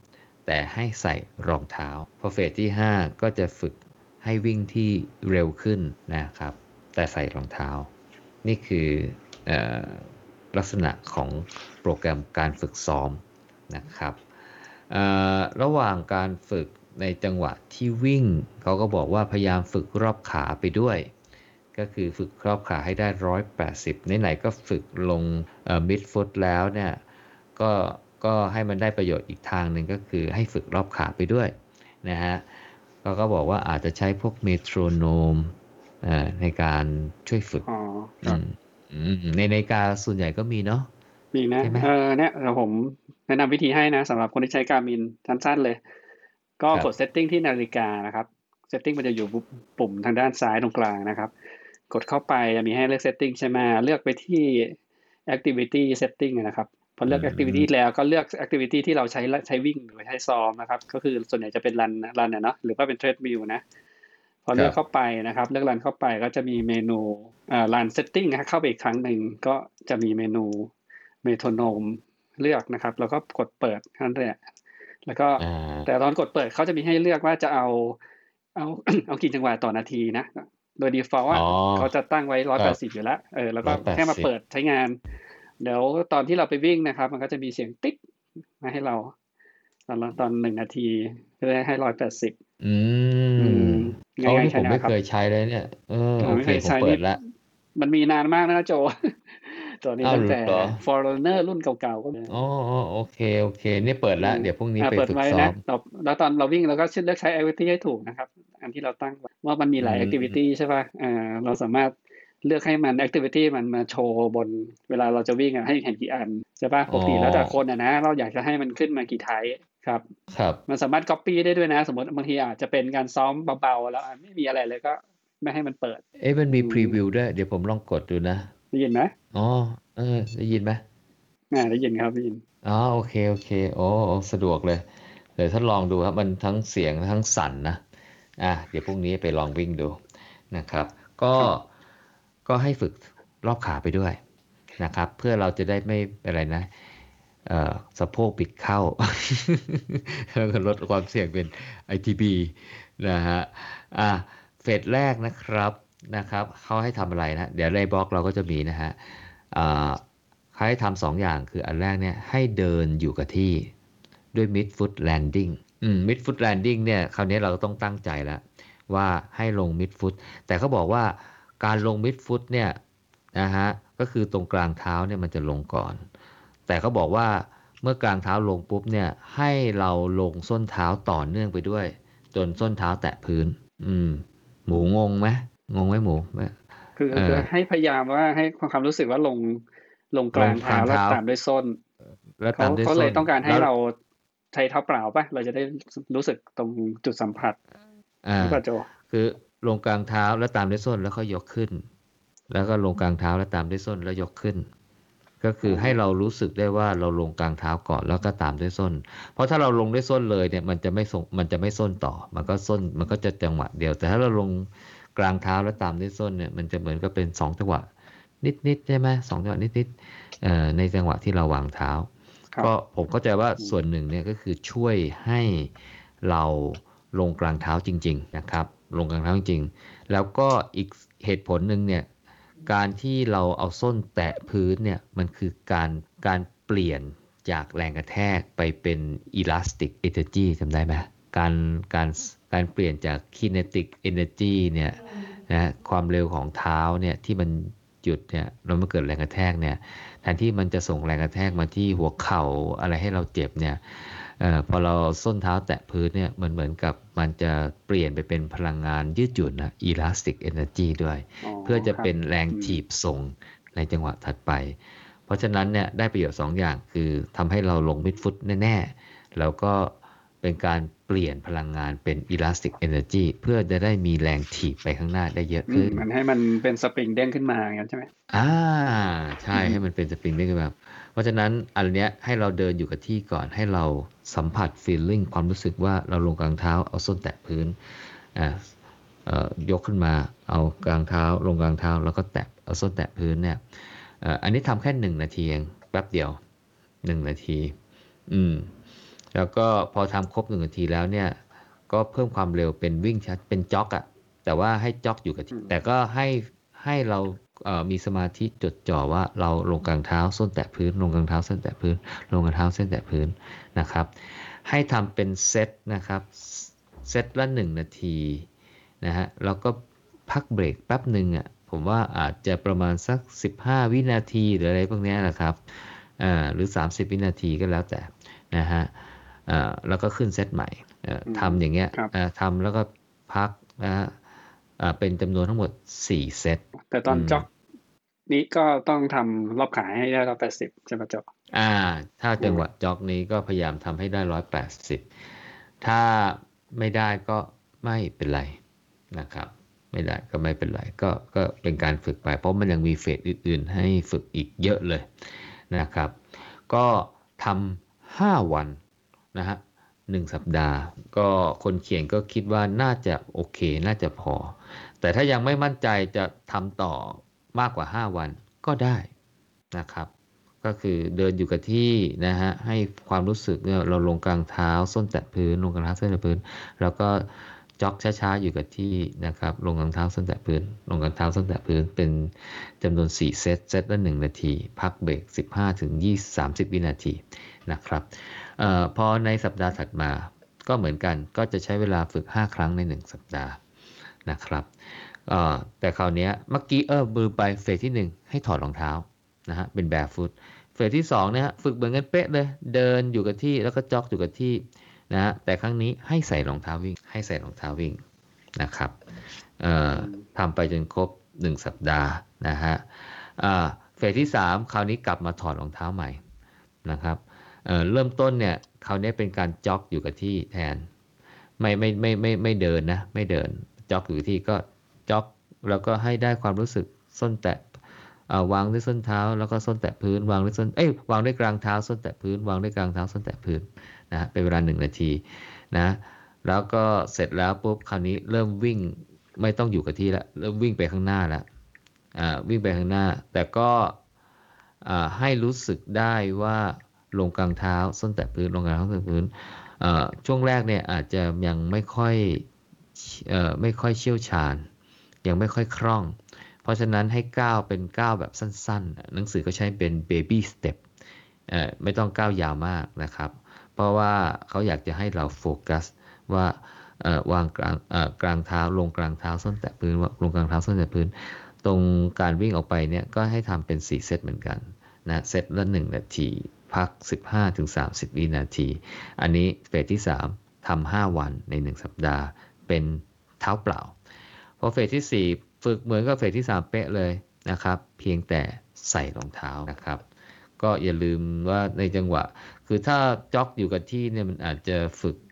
3แต่ให้ใส่รองเท้าพอเฟสที่5ก็จะฝึกให้วิ่งที่เร็วขึ้นนะครับแต่ใส่รองเท้านี่คือลักษณะของโปรแกรมการฝึกซ้อมนะครับระหว่างการฝึกในจังหวะที่วิ่งเขาก็บอกว่าพยายามฝึกรอบขาไปด้วยก็คือฝึกรอบขาให้ได้180ไหนๆก็ฝึกลงมิดฟุตแล้วเนี่ยก็ให้มันได้ประโยชน์อีกทางหนึ่งก็คือให้ฝึกรอบขาไปด้วยนะฮะก็บอกว่าอาจจะใช้พวกเมโทรโนมในการช่วยฝึกในนาฬิกาส่วนใหญ่ก็มีเนาะมีนะเนี่ยผมแนะนำวิธีให้นะสำหรับคนที่ใช้ Garmin สั้นๆเลยก็กด setting ที่นาฬิกานะครับ setting มันจะอยู่ปุ่มทางด้านซ้ายตรงกลางนะครับกดเข้าไปมีให้เลือก setting ใช่ไหมเลือกไปที่ activity setting นะครับพอเลือก activity แล้วก็เลือก activity ที่เราใช้วิ่งหรือใช้ซ้อมนะครับก็คือส่วนใหญ่จะเป็น run นะเนาะหรือว่าเป็น treadmill นะพอเลือกเข้าไปนะครับเลือก run เข้าไปก็จะมีเมนูrun setting นะเข้าไปอีกครั้งหนึ่งก็จะมีเมนูเมโทรโนมเลือกนะครับแล้วก็กดเปิดนั่นแหละแล้วก็แต่ตอนกดเปิดเขาจะมีให้เลือกว่าจะเอากี่จังหวะต่อนาทีนะโดย default เขาจะตั้งไว้180อยู่แล้วแล้วก็แค่มาเปิดใช้งานเดี๋ยวตอนที่เราไปวิ่งนะครับมันก็จะมีเสียงติ๊กมาให้เราตอน1นาทีเพื่อให้180 เขาที่ผมไม่เคยใช้เลยเนี่ยโอเคผมเปิดแล้วมันมีนานมากนะโจตัวนี้ตั้งแต่ Forerunner รุ่นเก่าๆก็มีโอเคนี่เปิดแล้วเดี๋ยวพรุ่งนี้ไปฝึกซ้อมแล้วตอนเราวิ่งเราก็เลือกใช้ activity ให้ถูกนะครับอันที่เราตั้งว่ามันมีหลาย activity ใช่ป่ะเราสามารถเลือกให้มัน activity มันมาโชว์บนเวลาเราจะวิ่งให้เห็นกี่อันใช่ป่ะปกติแล้วแต่คนนะเราอยากจะให้มันขึ้นมากี่ไทป์ครับมันสามารถ copy ได้ด้วยนะสมมติบางทีอาจจะเป็นการซ้อมเบาๆแล้วไม่มีอะไรเลยก็ไม่ให้มันเปิดมันมี preview ด้วยเดี๋ยวผมลองกดดูนะได้ยินไหมได้ยินไหมได้ยินครับได้ยินโอเคสะดวกเลยเดี๋ยวทดลองดูครับมันทั้งเสียงทั้งสั่นนะเดี๋ยวพรุ่งนี้ไปลองวิ่งดูนะครับก็ให้ฝึกรอบขาไปด้วยนะครับเพื่อเราจะได้ไม่อะไรนะสะโพกปิดเข้าแล้วก็ลดความเสี่ยงเป็น ITB นะฮะเฟสแรกนะครับเขาให้ทำอะไรนะเดี๋ยวในบล็อกเราก็จะมีนะฮะเขาให้ทำ2อย่างคืออันแรกเนี่ยให้เดินอยู่กับที่ด้วย mid foot landing mid foot landing เนี่ยคราวนี้เราก็ต้องตั้งใจแล้วว่าให้ลง mid foot แต่เขาบอกว่าการลง mid foot เนี่ยนะฮะก็คือตรงกลางเท้าเนี่ยมันจะลงก่อนแต่เขาบอกว่าเมื่อกลางเท้าลงปุ๊บเนี่ยให้เราลงส้นเท้าต่อเนื่องไปด้วยจนส้นเท้าแตะพื้นหมูงงไหมหมูคือให้พยายามว่าให้ความรู้สึกว่าลงกลางเท้าแล้วตามด้วยส้นเขาเลยต้องการให้เราใช้เท้าเปล่าป่ะเราจะได้รู้สึกตรงจุดสัมผัสก็โจคือลงกลางเท้าแล้วตามด้วยส้นแล้วก็ยกขึ้นแล้วก็ลงกลางเท้าแล้วตามด้วยส้นแล้วยกขึ้นก็คือให้เรารู้สึกได้ว่าเราลงกลางเท้าก่อนแล้วก็ตามด้วยส้นเพราะถ้าเราลงด้วยส้นเลยเนี่ยมันจะไม่ส้นต่อมันก็จะจังหวะเดียวแต่ถ้าเราลงกลางเท้าแล้วตามด้วยส้นเนี่ยมันจะเหมือนกับเป็น2จังหวะนิดใช่ไหม2จังหวะนิดในจังหวะที่เราวางเท้าก็ผมเข้าใจว่าส่วนหนึ่งเนี่ยก็คือช่วยให้เราลงกลางเท้าจริงๆนะครับลงกลางเท้าจริงๆแล้วก็อีกเหตุผลหนึ่งเนี่ยการที่เราเอาส้นแตะพื้นเนี่ยมันคือการเปลี่ยนจากแรงกระแทกไปเป็น elastic energy จำได้ไหมการเปลี่ยนจาก kinetic energy เนี่ยนะความเร็วของเท้าเนี่ยที่มันหยุดเนี่ยแล้วมันเกิดแรงกระแทกเนี่ยแทนที่มันจะส่งแรงกระแทกมาที่หัวเข่าอะไรให้เราเจ็บเนี่ยพอเราส้นเท้าแตะพื้นเนี่ยมันเหมือนกับมันจะเปลี่ยนไปเป็นพลังงานยืดหยุ่นนะ elastic energy ด้วยเพื่อจะเป็นแรงถีบส่งในจังหวะถัดไปเพราะฉะนั้นเนี่ยได้ประโยชน์2อย่างคือทำให้เราลงมิดฟุตแน่ๆแล้วก็เป็นการเปลี่ยนพลังงานเป็น elastic energy เพื่อจะได้มีแรงถีบไปข้างหน้าได้เยอะขึ้นมันให้มันเป็นสปริงเด้งขึ้นมาอย่างนั้นใช่ไหมใช่ให้มันเป็นสปริงเด้งขึ้นมาเพราะฉะนั้นอันเนี้ยให้เราเดินอยู่กับที่ก่อนให้เราสัมผัส feeling ความรู้สึกว่าเราลงกลางเท้าเอาส้นแตะพื้นยกขึ้นมาเอากลางเท้าลงกลางเท้าแล้วก็แตะเอาส้นแตะพื้นเนี่ยอันนี้ทำแค่1 นาทีเองแป๊บเดียว1 นาทีแล้วก็พอทำครบ1 นาทีแล้วเนี่ยก็เพิ่มความเร็วเป็นวิ่งชัดเป็นจ็อกอะแต่ว่าให้จ็อกอยู่กับที่แต่ก็ให้เรามีสมาธิจดจ่อว่าเราลงกลางเท้าส้นแตะพื้นลงกลางเท้าส้นแตะพื้นลงกลางเท้าส้นแตะพื้นนะครับให้ทำเป็นเซตนะครับเซตละ1 นาทีนะฮะแล้วก็พักเบรกแป๊บหนึ่งผมว่าอาจจะประมาณสัก15 วินาทีหรืออะไรพวกนี้นะครับหรือ30 วินาทีก็แล้วแต่นะฮะแล้วก็ขึ้นเซตใหม่ทำอย่างเงี้ยทำแล้วก็พักนะฮะเป็นจำนวนทั้งหมด4 เซตแต่ตอนจ็อกนี้ก็ต้องทำรอบขาให้ได้180ใช่ไหมจ๊อกถ้าจังหวะจ็อกนี้ก็พยายามทำให้ได้180ถ้าไม่ได้ก็ไม่เป็นไรนะครับไม่ได้ก็ไม่เป็นไรก็เป็นการฝึกไปเพราะมันยังมีเฟสอื่นๆให้ฝึกอีกเยอะเลยนะครับก็ทำ5 วันนะฮะ1 สัปดาห์ก็คนเขียนก็คิดว่าน่าจะโอเคน่าจะพอแต่ถ้ายังไม่มั่นใจจะทำต่อมากกว่า5 วันก็ได้นะครับก็คือเดินอยู่กับที่นะฮะให้ความรู้สึกเนี่ยเราลงกลางเท้าส้นแตะพื้นลงกลางเท้าส้นแตะพื้นแล้วก็จ็อกช้าๆอยู่กับที่นะครับลงกลางเท้าส้นแตะพื้นลงกลางเท้าส้นแตะพื้นเป็นจำนวน4 เซตละ1 นาทีพักเบรก15-30 วินาทีนะครับพอในสัปดาห์ถัดมาก็เหมือนกันก็จะใช้เวลาฝึก5 ครั้งใน1 สัปดาห์นะครับแต่คราวนี้เมื่อกี้บือไปเฟสที่1ให้ถอดรองเท้านะฮะเป็นแบบฟุตเฟสที่2เนี่ยฝึกเหมือนกันเป๊ะเลยเดินอยู่กับที่แล้วก็จ็อกอยู่กับที่นะฮะแต่ครั้งนี้ให้ใส่รองเท้าวิ่งนะครับทำไปจนครบ1 สัปดาห์นะฮะเฟสที่3คราวนี้กลับมาถอดรองเท้าใหม่นะครับเริ่มต้นเนี่ยคราวนี้เป็นการจ็อกอยู่กับที่แทนไม่เดินนะไม่เดินจ็อกอยู่ที่ก็จ็อกแล้วก็ให้ได้ความรู้สึกส้นแตะวางด้วยส้นเท้าแล้วก็ส้นแตะพื้นวางด้วยวางด้วยกลางเท้าส้นแตะพื้นวางด้วยกลางเท้าส้นแตะพื้นนะเป็นเวลา1 นาทีนะแล้วก็เสร็จแล้วปุ๊บคราวนี้เริ่มวิ่งไม่ต้องอยู่กับที่แล้วเริ่มวิ่งไปข้างหน้าแล้ววิ่งไปข้างหน้าแต่ก็ให้รู้สึกได้ว่าลงกลางเท้าส้นแตะพื้นลงกลางเท้าส้นแตะพื้นช่วงแรกเนี่ยอาจจะยังไม่ค่อยเชี่ยวชาญยังไม่ค่อยคล่องเพราะฉะนั้นให้ก้าวเป็นก้าวแบบสั้นๆหนังสือก็ใช้เป็น baby step ไม่ต้องก้าวยาวมากนะครับเพราะว่าเขาอยากจะให้เราโฟกัสว่าวางกลางเท้าลงกลางเท้าส้นแตะพื้นลงกลางเท้าส้นแตะพื้นตรงการวิ่งออกไปเนี่ยก็ให้ทำเป็น4 เซตเหมือนกันนะเซตละ1 นาทีพัก 15-30 วินาทีอันนี้เฟสที่3ทำ5 วันใน1 สัปดาห์เป็นเท้าเปล่าพอเฟสที่4ฝึกเหมือนกับเฟสที่3เป๊ะเลยนะครับเพียงแต่ใส่รองเท้านะครับก็อย่าลืมว่าในจังหวะคือถ้าจ็อกอยู่กับที่เนี่ยมันอาจจะฝึก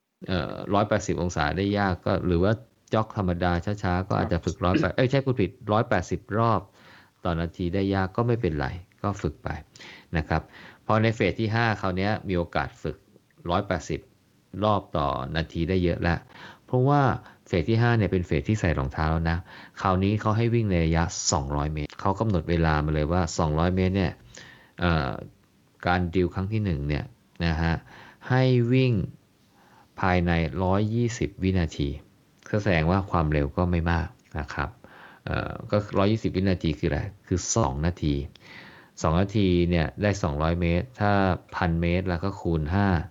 180 องศาได้ยากก็หรือว่าจ็อกธรรมดาช้าๆก็อาจจะฝึกใช่พูดผิด180 รอบต่อนาทีได้ยากก็ไม่เป็นไรก็ฝึกไปนะครับพอในเฟสที่5คราวนี้มีโอกาสฝึก180 รอบต่อนาทีได้เยอะแล้วเพราะว่าเฟสที่5เนี่ยเป็นเฟสที่ใส่รองเท้าแล้วนะคราวนี้เขาให้วิ่งในระยะ200 เมตรเขากำหนดเวลามาเลยว่า200 เมตรเนี่ยการดิวครั้งที่1เนี่ยนะฮะให้วิ่งภายใน120 วินาทีก็แสดงว่าความเร็วก็ไม่มากนะครับก็120 วินาทีคืออะไรคือ2 นาที2 นาทีเนี่ยได้200 เมตรถ้า 1,000 เมตรแล้วก็คูณ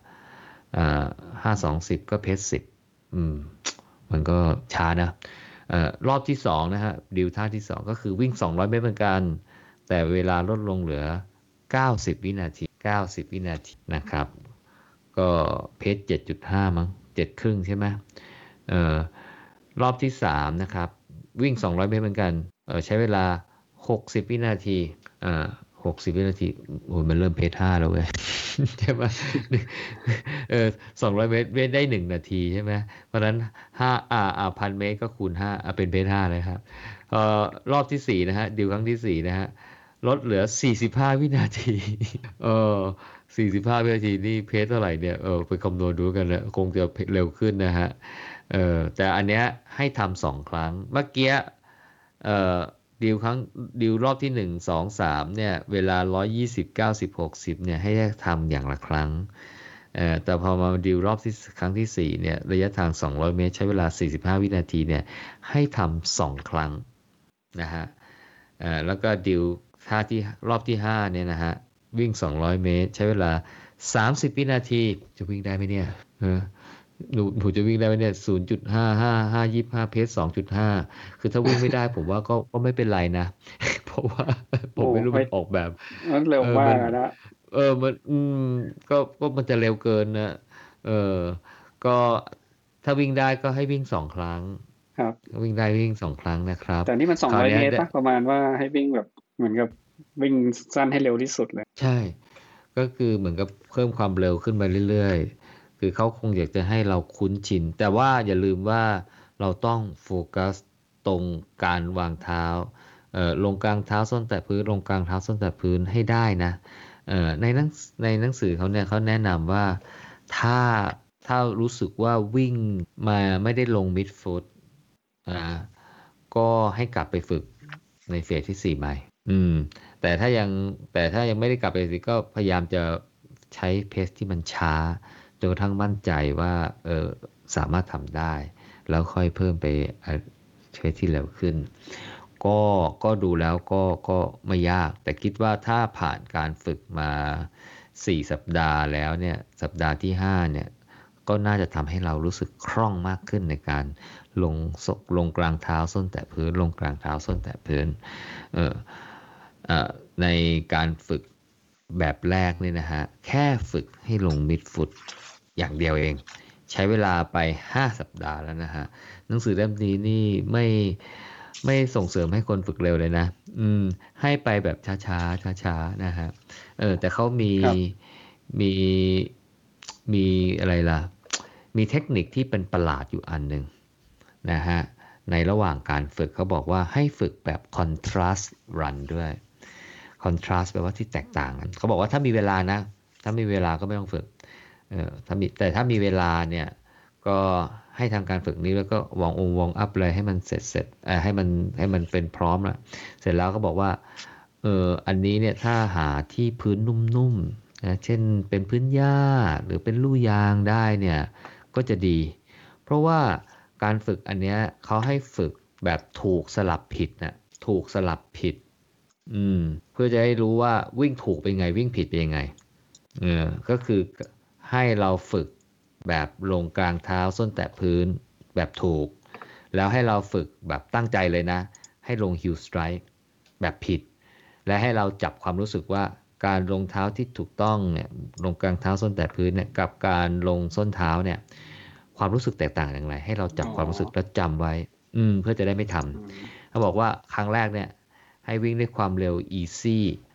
5 ก็เพชร10มันก็ช้านะรอบที่2นะฮะดิวท่าที่2ก็คือวิ่ง200 เมตรเหมือนกันแต่เวลาลดลงเหลือ90 วินาทีนะครับก็เพชร 7.5 มั้ง7 ครึ่งใช่ไหมรอบที่3นะครับวิ่ง200 เมตรเหมือนกันใช้เวลา60 วินาที 60วินาทีโอ้ยมันเริ่มเพจ5แล้วเว้ย ใช่ไหม200 เมตรได้1นาทีใช่ไหมเพราะฉะนั้น1,000 เมตรก็คูณ5เป็นเพจ5เลยครับรอบที่4นะฮะดิวครั้งที่4นะฮะลดเหลือ45วินาทีเออ45วินาทีนี่เพจเท่าไหร่เนี่ยไปคำนวณดูกันนะคงจะเร็วขึ้นนะฮะแต่อันเนี้ยให้ทำ2 ครั้งเมื่อกี้เอ่อดีลครั้งดีลรอบที่1 2 3เนี่ยเวลา120 90 60เนี่ยให้ทำอย่างละครั้งแต่พอมาดีลรอบที่ครั้งที่4เนี่ยระยะทาง200 เมตรใช้เวลา45วินาทีเนี่ยให้ทำ2 ครั้งนะฮะแล้วก็ดีลท่าที่รอบที่5เนี่ยนะฮะวิ่ง200 เมตรใช้เวลา30วินาทีจะวิ่งได้ไหมเนี่ยหนูจะวิ่งได้ไหมเนี่ย0.5525เพจ2.5คือถ้าวิ่งไม่ได้ผมว่าก็ไม่เป็นไรนะเพราะว่าผมไม่รู้มันออกแบบมันเร็วมามันกนะมันก็มันจะเร็วเกินนะเออก็ถ้าวิ่งได้ก็ให้วิ่ง2 ครั้งครับวิ่งได้วิ่ง2 ครั้งนะครับแต่นี่มัน200 คราวนี้เมตรป่ะประมาณว่าให้วิ่งแบบเหมือนกับวิ่งสั้นให้เร็วที่สุดเลยใช่ก็คือเหมือนกับเพิ่มความเร็วขึ้นไปเรื่อยๆคือเขาคงอยากจะให้เราคุ้นชินแต่ว่าอย่าลืมว่าเราต้องโฟกัสตรงการวางเท้าลงกลางเท้าส้นแตะพื้นลงกลางเท้าส้นแตะพื้นให้ได้นะในหนังสือเขาเนี่ยเขาแนะนำว่าถ้าถ้ารู้สึกว่าวิ่งมาไม่ได้ลงมิดฟุตนะก็ให้กลับไปฝึกในเฟสที่4ใหม่แต่ถ้ายังแต่ถ้ายังไม่ได้กลับไปสิก็พยายามจะใช้เพสที่มันช้าจนกระทั่งมั่นใจว่าสามารถทำได้แล้วค่อยเพิ่มไปเพสที่เร็วขึ้นก็ดูแล้วก็ไม่ยากแต่คิดว่าถ้าผ่านการฝึกมา4 สัปดาห์แล้วเนี่ยสัปดาห์ที่5เนี่ยก็น่าจะทำให้เรารู้สึกคล่องมากขึ้นในการลงลงกลางเท้าส้นแตะพื้นลงกลางเท้าส้นแตะพื้นในการฝึกแบบแรกนี่นะฮะแค่ฝึกให้ลงมิดฟุตอย่างเดียวเองใช้เวลาไป5 สัปดาห์แล้วนะฮะหนังสือเล่มนี้นี่ไม่ส่งเสริมให้คนฝึกเร็วเลยนะให้ไปแบบช้าๆนะฮะแต่เขามีมีอะไรล่ะมีเทคนิคที่เป็นประหลาดอยู่อันหนึ่งนะฮะในระหว่างการฝึกเขาบอกว่าให้ฝึกแบบ contrast run ด้วย contrast แปลว่าที่แตกต่างกันเขาบอกว่าถ้ามีเวลานะถ้ามีเวลาก็ไม่ต้องฝึกแต่ถ้ามีเวลาเนี่ยก็ให้ทำการฝึกนี้แล้วก็วองอัพเลยให้มันเสร็จให้มันเป็นพร้อมแล้วเสร็จแล้วก็บอกว่าอันนี้เนี่ยถ้าหาที่พื้นนุ่มๆนะเช่นเป็นพื้นหญ้าหรือเป็นลู่ยางได้เนี่ยก็จะดีเพราะว่าการฝึกอันเนี้ยเขาให้ฝึกแบบถูกสลับผิดนะถูกสลับผิดเพื่อจะให้รู้ว่าวิ่งถูกเป็นไงวิ่งผิดเป็นยังไงก็คือให้เราฝึกแบบลงกลางเท้าส้นแตะพื้นแบบถูกแล้วให้เราฝึกแบบตั้งใจเลยนะให้ลง heel strike แบบผิดและให้เราจับความรู้สึกว่าการลงเท้าที่ถูกต้องเนี่ยลงกลางเท้าส้นแตะพื้นเนี่ยกับการลงส้นเท้าเนี่ยความรู้สึกแตกต่างอย่างไรให้เราจับความรู้สึกแล้วจำไว้เพื่อจะได้ไม่ทำเขาบอกว่าครั้งแรกเนี่ยให้วิ่งด้วยความเร็ว easy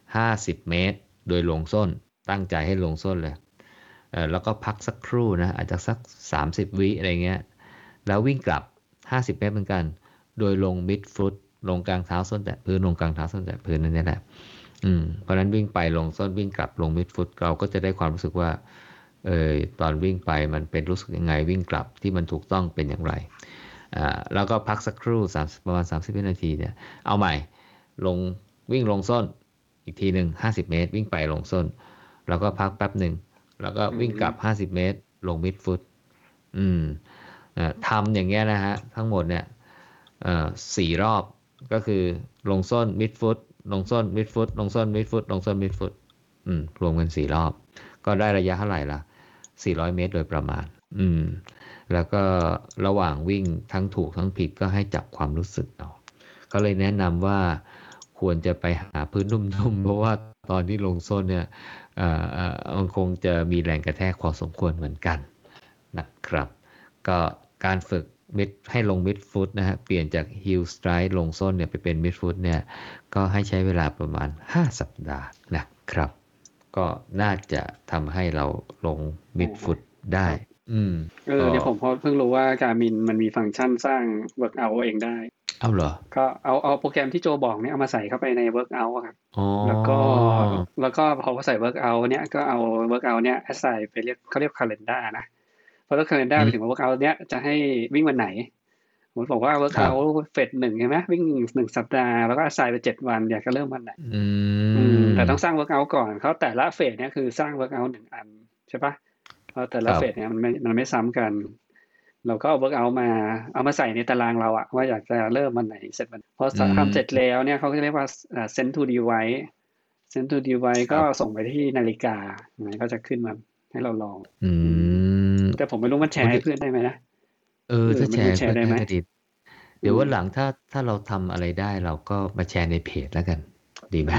50 เมตรโดยลงส้นตั้งใจให้ลงส้นเลยแล้วก็พักสักครู่นะอาจจะสัก30 วิอะไรเงี้ยแล้ววิ่งกลับ50 เมตรเหมือนกันโดยลง mid foot ลงกลางเท้าส้นแตะพื้นลงกลางเท้าส้นแตะพื้นนั่นแหละเพราะนั้นวิ่งไปลงส้นวิ่งกลับลง mid foot เราก็จะได้ความรู้สึกว่าตอนวิ่งไปมันเป็นรู้สึกยังไงวิ่งกลับที่มันถูกต้องเป็นอย่างไรแล้วก็พักสักครู่ประมาณ30 วินาทีเนี่ยเอาใหม่วิ่งลงส้นอีกทีหนึ่ง50 เมตรวิ่งไปลงส้นแล้วก็พักแป๊บหนึ่งแล้วก็วิ่งกลับ50 เมตรลงมิดฟุตทำอย่างเงี้ยนะฮะทั้งหมดเนี่ย4 รอบก็คือลงส้นมิดฟุตลงส้นมิดฟุตลงส้นมิดฟุตลงส้นมิดฟุตรวมกัน4 รอบก็ได้ระยะเท่าไหร่ล่ะ400 เมตรโดยประมาณแล้วก็ระหว่างวิ่งทั้งถูกทั้งผิดก็ให้จับความรู้สึกเอาก็เลยแนะนำว่าควรจะไปหาพื้นนุ่มๆเพราะว่าตอนที่ลงส้นเนี่ยมันคงจะมีแรงกระแทกพอสมควรเหมือนกันนะครับก็การฝึกมิดให้ลงมิดฟุตนะฮะเปลี่ยนจากฮิลสไตรค์ลงส้นเนี่ยไปเป็นมิดฟุตเนี่ยก็ให้ใช้เวลาประมาณ5สัปดาห์นะครับก็น่าจะทำให้เราลงมิดฟุตได้เนี่ยผมเพิ่งรู้ว่า Garmin มันมีฟังก์ชันสร้าง workout เองได้เอาเหรอก็เอาโปรแกรมที่โจบอกเนี่ยเอามาใส่เข้าไปใน workout ครับแล้วก็พอใส่ workout เนี่ยก็เอา workout เนี่ย assign ไปเขาเรียก calendar นะพอ calendar ไปถึงว่า workout เนี่ยจะให้วิ่งวันไหนผมบอกว่า workout เฟส1ใช่ไหมวิ่ง1สัปดาห์แล้วก็ assign ไป7วันอยากจะเริ่มวันไหนแต่ต้องสร้าง workout ก่อนเขาแต่ละเฟสเนี่ยคือสร้าง workout 1อันใช่ปะเพราะแต่ละเฟสเนี่ยมันไม่ซ้ำกันเราก็เอา workout เอามาใส่ในตารางเราอะว่าอยากจะเริ่มวันไหนเสร็จวันพอทำเสร็จแล้วเนี่ยเขาก็เรียกว่าsend to device ก็ส่งไปที่นาฬิกาก็จะขึ้นมาให้เราลองแต่ผมไม่รู้มันแชร์ให้เพื่อนได้ไหมนะถ้าแชร์ได้ไหมเดี๋ยววันหลังถ้าเราทำอะไรได้เราก็มาแชร์ในเพจแล้วกันดีไหม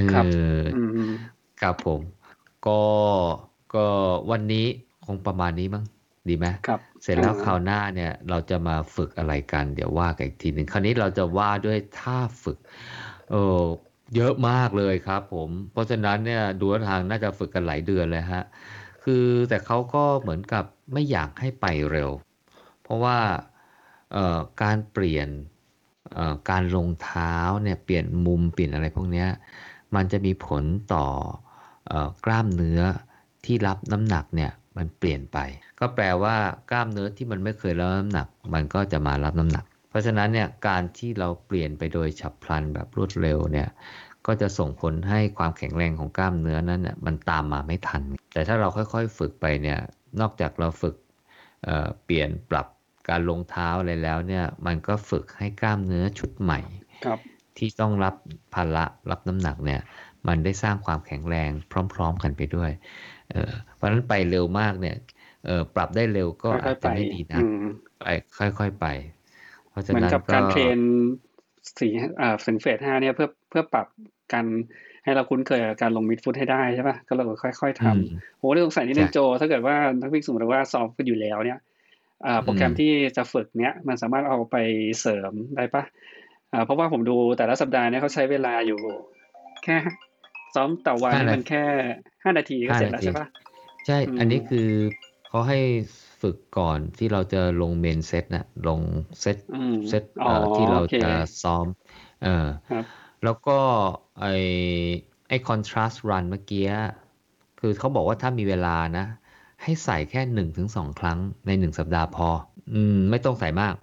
ครับผมก็วันนี้คงประมาณนี้มั้งดีไหมเสร็จแล้วคราวหน้าเนี่ยเราจะมาฝึกอะไรกันเดี๋ยวว่ากันอีกทีหนึ่งคราวนี้เราจะว่าด้วยท่าฝึกเยอะมากเลยครับผมเพราะฉะนั้นเนี่ยดูทางน่าจะฝึกกันหลายเดือนเลยฮะคือแต่เขาก็เหมือนกับไม่อยากให้ไปเร็วเพราะว่าการเปลี่ยนการลงเท้าเนี่ยเปลี่ยนมุมเปลี่ยนอะไรพวกนี้มันจะมีผลต่อกล้ามเนื้อที่รับน้ำหนักเนี่ยมันเปลี่ยนไปก็แปลว่ากล้ามเนื้อที่มันไม่เคยรับน้ำหนักมันก็จะมารับน้ำหนักเพราะฉะนั้นเนี่ยการที่เราเปลี่ยนไปโดยฉับพลันแบบรวดเร็วเนี่ยก็จะส่งผลให้ความแข็งแรงของกล้ามเนื้อนั้นเนี่ยมันตามมาไม่ทันแต่ถ้าเราค่อยๆฝึกไปเนี่ยนอกจากเราฝึกเปลี่ยนปรับการลงเท้าอะไรแล้วเนี่ยมันก็ฝึกให้กล้ามเนื้อชุดใหม่ที่ต้องรับภาระรับน้ำหนักเนี่ยมันได้สร้างความแข็งแรงพร้อมๆกันไปด้วยเพราะฉะนั้นไปเร็วมากเนี่ยปรับได้เร็วก็อาจจะไม่ดีนะไปค่อยๆไปเพราะฉะนั้นก็การเทรนถึงเฟส 5เนี่ยเพื่อปรับกันให้เราคุ้นเคยกับการลงมิดฟุตให้ได้ใช่ป่ะก็เราค่อยๆทำโหเรื่องสงสัยนิดนึงโจถ้าเกิดว่านักวิ่งสมมติว่าซ้อมกันอยู่แล้วเนี่ยโปรแกรมที่จะฝึกเนี้ยมันสามารถเอาไปเสริมได้ปะเพราะว่าผมดูแต่ละสัปดาห์เนี่ยเขาใช้เวลาอยู่แค่ซ้อมต่อวันมันแค่5 นาทีก็เสร็จแล้วใช่ปะใช่อันนี้คือเขาให้ฝึกก่อนที่เราจะลงเมนเซตนะลงเซตที่เราจะซ้อมแล้วก็ไอ้คอนทราสต์รันเมื่อกี้คือเขาบอกว่าถ้ามีเวลานะให้ใส่แค่ 1-2 ครั้งใน1สัปดาห์พอไม่ต้องใส่มาก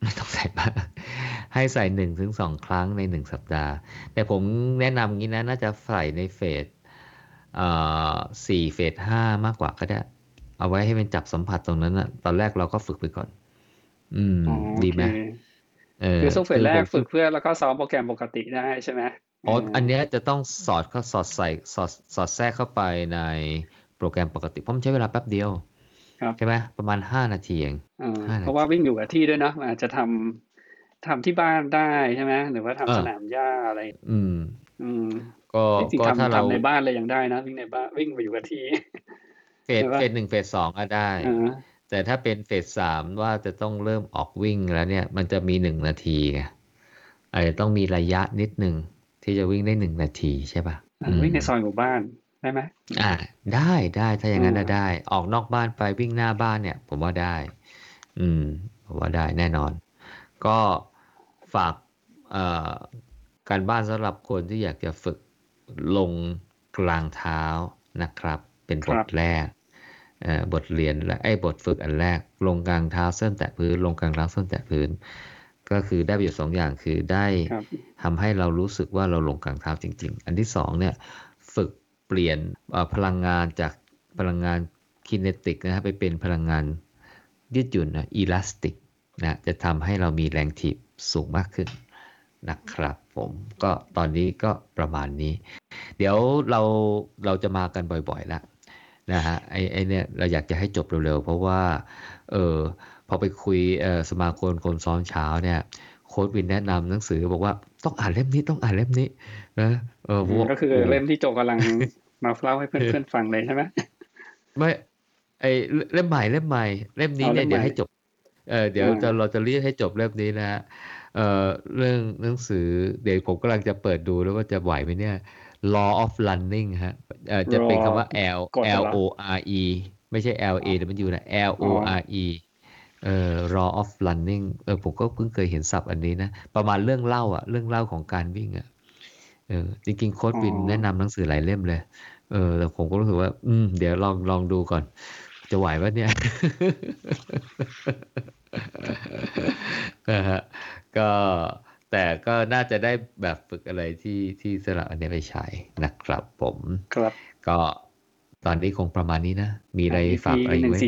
ให้ใส่ 1-2 ครั้งใน1สัปดาห์แต่ผมแนะนำงี้นะน่าจะใส่ในเฟส4เฟส5มากกว่าก็ได้เอาไว้ให้มันจับสัมผัสตรงนั้นนะตอนแรกเราก็ฝึกไปก่อนดีไหมคือช่วงเฟสแรกฝึกเพื่อแล้วก็ซ้อมโปรแกรมปกติได้ใช่ไหมอันนี้จะต้องสอดแทรกเข้าไปในโปรแกรมปกติเพราะมันใช้เวลาแป๊บเดียวใช่ไหมประมาณ5 นาทีเองเพราะว่าวิ่งอยู่กับที่ด้วยเนาะอาจจะทำที่บ้านได้ใช่ไหมหรือว่าทำสนามหญ้าอะไรก็ถ้าเราทำในบ้านเลยยังได้นะวิ่งในบ้านวิ่งไปอยู่กับที่เฟส1เฟส2ก็ได้แต่ถ้าเป็นเฟส3ว่าจะต้องเริ่มออกวิ่งแล้วเนี่ยมันจะมี1 นาทีไงอาจจะต้องมีระยะนิดนึงที่จะวิ่งได้1 นาทีใช่ป่ะวิ่งในซอยหมู่บ้านได้ไหมได้ถ้าอย่างนั้นได้ออกนอกบ้านไปวิ่งหน้าบ้านเนี่ยผมว่าได้ผมว่าได้แน่นอนก็ฝากการบ้านสำหรับคนที่อยากจะฝึกลงกลางเท้านะครับเป็นบทแรกบทเรียนและบทฝึกอันแรกลงกลางเท้าส้นแตะพื้นลงกลางเท้าส้นแตะพื้นก็คือได้ประโยชน์2 อย่างคือได้ทำให้เรารู้สึกว่าเราลงกลางเท้าจริงๆอันที่2เนี่ยฝึกเปลี่ยนพลังงานจากพลังงานคิเนติกนะครับไปเป็นพลังงานยืดหยุ่นอีลาสติกนะจะทำให้เรามีแรงถีบสูงมากขึ้นนะครับผมก็ตอนนี้ก็ประมาณนี้เดี๋ยวเราจะมากันบ่อยๆแล้วนะฮะไอ้เนี่ยเราอยากจะให้จบเร็วๆเพราะว่าพอไปคุยสมาคมคนซ้อมเช้าเนี่ยโค้ชวินแนะนำหนังสือบอกว่าต้องอ่านเล่มนี้นะก็คือเล่มที่โจกำลังมาเล่าให้เพื่อนๆฟังเลยใช่ไหมไม่เล่มใหม่เล่มนี้เนี่ยเดี๋ยวให้จบเดี๋ยวเราจะเรียกให้จบเล่มนี้นะฮะเรื่องหนังสือเดี๋ยวผมกำลังจะเปิดดูแล้วว่าจะไหวไหมเนี่ย Law of Running ฮะจะเป็นคำว่า L O R E ไม่ใช่ L A แต่มันอยู่นะ L O R E Law of Running ผมก็เพิ่งเคยเห็นศัพท์อันนี้นะประมาณเรื่องเล่าของการวิ่งจริงๆโค้ชวินแนะนำหนังสือหลายเล่มเลยแต่ผมก็รู้สึกว่าเดี๋ยวลองดูก่อนจะไหวป่ะเนี่ย นะฮะก็แต่ก็น่าจะได้แบบฝึกอะไรที่สำหรับอันนี้ไปใช้นะครับผมครับก็ตอนนี้คงประมาณนี้นะมีอะไรฝากอะไรไหม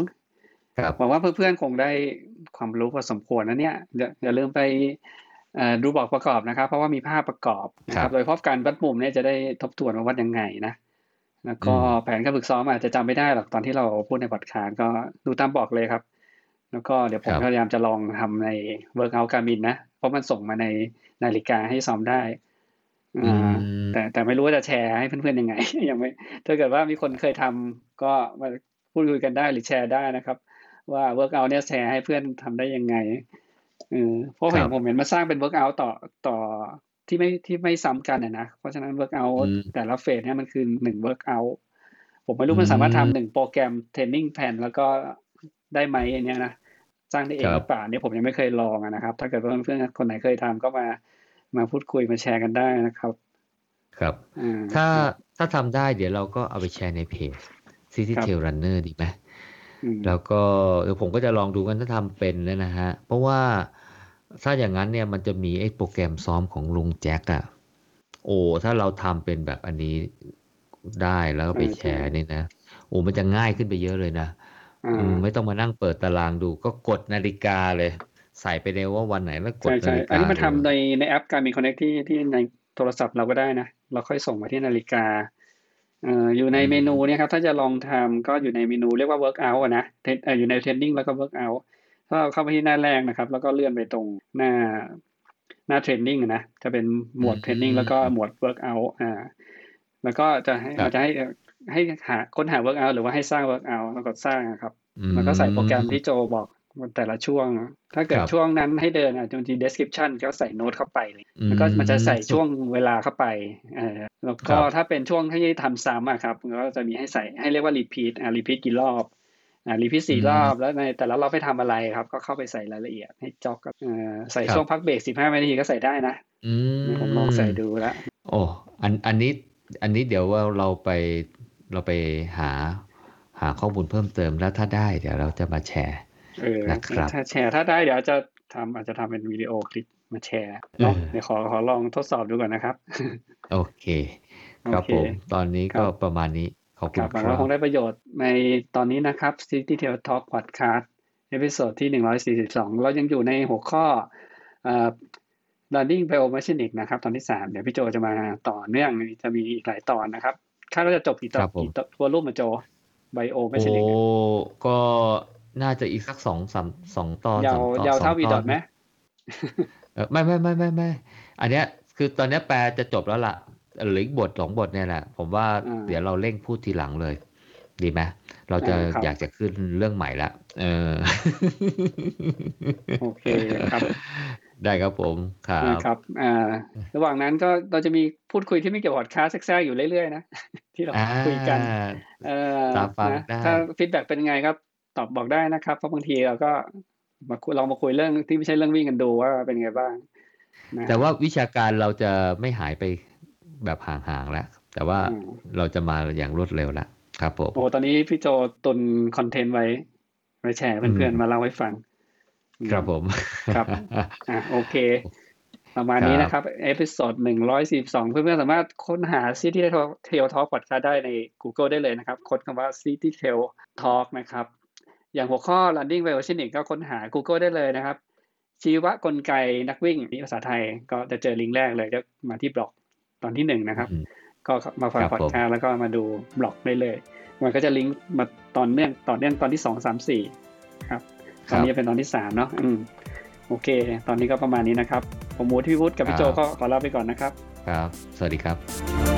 142หวังว่าเพื่อนๆคงได้ความรู้พอสมควรนะเนี่ยอย่าลืมไปดูบอกประกอบนะครับเพราะว่ามีภาพประกอบนะครับโดยเฉพาะการวัดมุมเนี่ยจะได้ทบทวนว่าวัดยังไงนะแล้วก็แผนการฝึกซ้อมอาจจะจำไม่ได้หรอกตอนที่เราพูดในพอดคาสต์ก็ดูตามบอกเลยครับแล้วก็เดี๋ยวผมพยายามจะลองทำใน Workout Garmin นะเพราะมันส่งมาในนาฬิกาให้ซ้อมได้แต่ไม่รู้ว่าจะแชร์ให้เพื่อนๆยังไงยังไม่ถ้าเกิดว่ามีคนเคยทำก็มาพูดคุยกันได้หรือแชร์ได้นะครับว่า Workout เนี่ยแชร์ให้เพื่อนทำได้ยังไงเพราะผมเห็นมาสร้างเป็น Workout ต่อที่ไม่ซ้ำกันนะเพราะฉะนั้น Workout แต่ละเฟสเนี่ยมันคือ1 Workout ผมไม่รู้มันสามารถทำ1โปรแกรม Training Plan แล้วก็ได้ไหมอันเนี้ยนะสร้างได้เองหรือเปล่าเนี่ยผมยังไม่เคยลองนะครับถ้าเกิดว่าเพื่อนๆคนไหนเคยทำก็มาพูดคุยมาแชร์กันได้นะครับครับถ้าทำได้เดี๋ยวเราก็เอาไปแชร์ในเพจ City Trail Runner ดีไหมแล้วก็เดี๋ยวผมก็จะลองดูกันถ้าทำเป็นนะฮะเพราะว่าถ้าอย่างนั้นเนี่ยมันจะมีไอ้โปรแกรมซ้อมของลุงแจ็คถ้าเราทำเป็นแบบอันนี้ได้แล้วก็ไปแชร์นี่นะมันจะง่ายขึ้นไปเยอะเลยนะไม่ต้องมานั่งเปิดตารางดูก็กดนาฬิกาเลยใส่ไปเลยว่าวันไหนแล้วกดนาฬิกาอันนี้มาทำในแอปGarmin Connectที่ในโทรศัพท์เราก็ได้นะเราค่อยส่งมาที่นาฬิกาอยู่ในเมนูเนี่ยครับถ้าจะลองทำก็อยู่ในเมนูเรียกว่า workout นะอยู่ใน training แล้วก็ workout ถ้าเราเข้าไปที่หน้าแรกนะครับแล้วก็เลื่อนไปตรงหน้า training นะจะเป็นหมวด training แล้วก็หมวด workout แล้วก็จะให้ค้นหา workout หรือว่าให้สร้าง workout แล้วก็สร้างครับแล้วก็ใส่โปรแกรมที่โจบอกแต่ละช่วงถ้าเกิดช่วงนั้นให้เดินจนที description ก็ใส่โน้ตเข้าไปเลยแล้วก็มันจะใส่ช่วงเวลาเข้าไปแล้วก็ถ้าเป็นช่วงที่ทำซ้ำครับก็จะมีให้ใส่ให้เรียกว่า repeat กี่รอบrepeat 4 รอบแล้วในแต่ละรอบให้ทำอะไรครับก็เข้าไปใส่รายละเอียดให้จ็อกใส่ช่วงพักเบรก15 นาทีก็ใส่ได้นะผมลองใส่ดูแล้วอันนี้เดี๋ยวว่าเราไปหาข้อมูลเพิ่มเติมแล้วถ้าได้เดี๋ยวเราจะมาแชร์นะครับถ้าแชร์ถ้าได้เดี๋ยวอาจจะทำเป็นวิดีโอคลิปมาแชร์เนาะเดี๋ยวขอลองทดสอบดูก่อนนะครับโอเคครับผมตอนนี้ก็ประมาณนี้ขอบคุณครับคงได้ประโยชน์ในตอนนี้นะครับ City Trail Talk Podcast เอพิโซดที่142เรายังอยู่ในหัวข้อRunning Biomechanics นะครับตอนที่3เดี๋ยวพี่โจจะมาต่อเนื่องจะมีอีกหลายตอนนะครับคาดว่าจะจบกี่ตอนวอลลุ่มมาโจ Biomechanics ก็น่าจะอีกสัก2 ตอนยาวเท่าวีดอทไหมไม่อันเนี้ยคือตอนนี้แปลจะจบแล้วล่ะเหลืออีกบท2 บทเนี่ยแหละผมว่าเดี๋ยวเราเร่งพูดทีหลังเลยดีไหมเราจะอยากจะขึ้นเรื่องใหม่ละโอเคครับได้ครับผมครับระหว่างนั้นก็เราจะมีพูดคุยที่ไม่เกี่ยวกับพอดคาสต์แทรกอยู่เรื่อยๆนะที่เราคุยกันถ้าฟีดแบ็กเป็นไงครับตอบบอกได้นะครับเพราะบางทีเราก็ลองมาคุยเรื่องที่ไม่ใช่เรื่องวิ่งกันดูว่าเป็นไงบ้างแต่ว่าวิชาการเราจะไม่หายไปแบบห่างๆแล้วแต่ว่าเราจะมาอย่างรวดเร็วแล้วครับผมตอนนี้พี่โจตุนคอนเทนต์ไว้แชร์เพื่อนๆมาเล่าให้ฟังครับผมครับโอเคประมาณนี้นะครับเอพิโซด142เพื่อนๆสามารถค้นหา City Trail Talk Podcast ได้ใน Google ได้เลยนะครับค้นคำว่า City Trail Talk นะครับอย่างหัวข้อ Running Biomechanics ก็ค้นหา Google ได้เลยนะครับชีวกลไกนักวิ่งนี่ภาษาไทยก็จะเจอลิงก์แรกเลยจะมาที่บล็อกตอนที่1นะครับก็มาฟังพอดคาสต์แล้วก็มาดูบล็อกได้เลยมันก็จะลิงก์มาต่อเนื่องตอนที่2 3 4ครับตอนนี้เป็นตอนที่3เนาะโอเคตอนนี้ก็ประมาณนี้นะครับผมหมูที่วุฒิกับพี่โจก็ขอลาไปก่อนนะครับครับสวัสดีครับ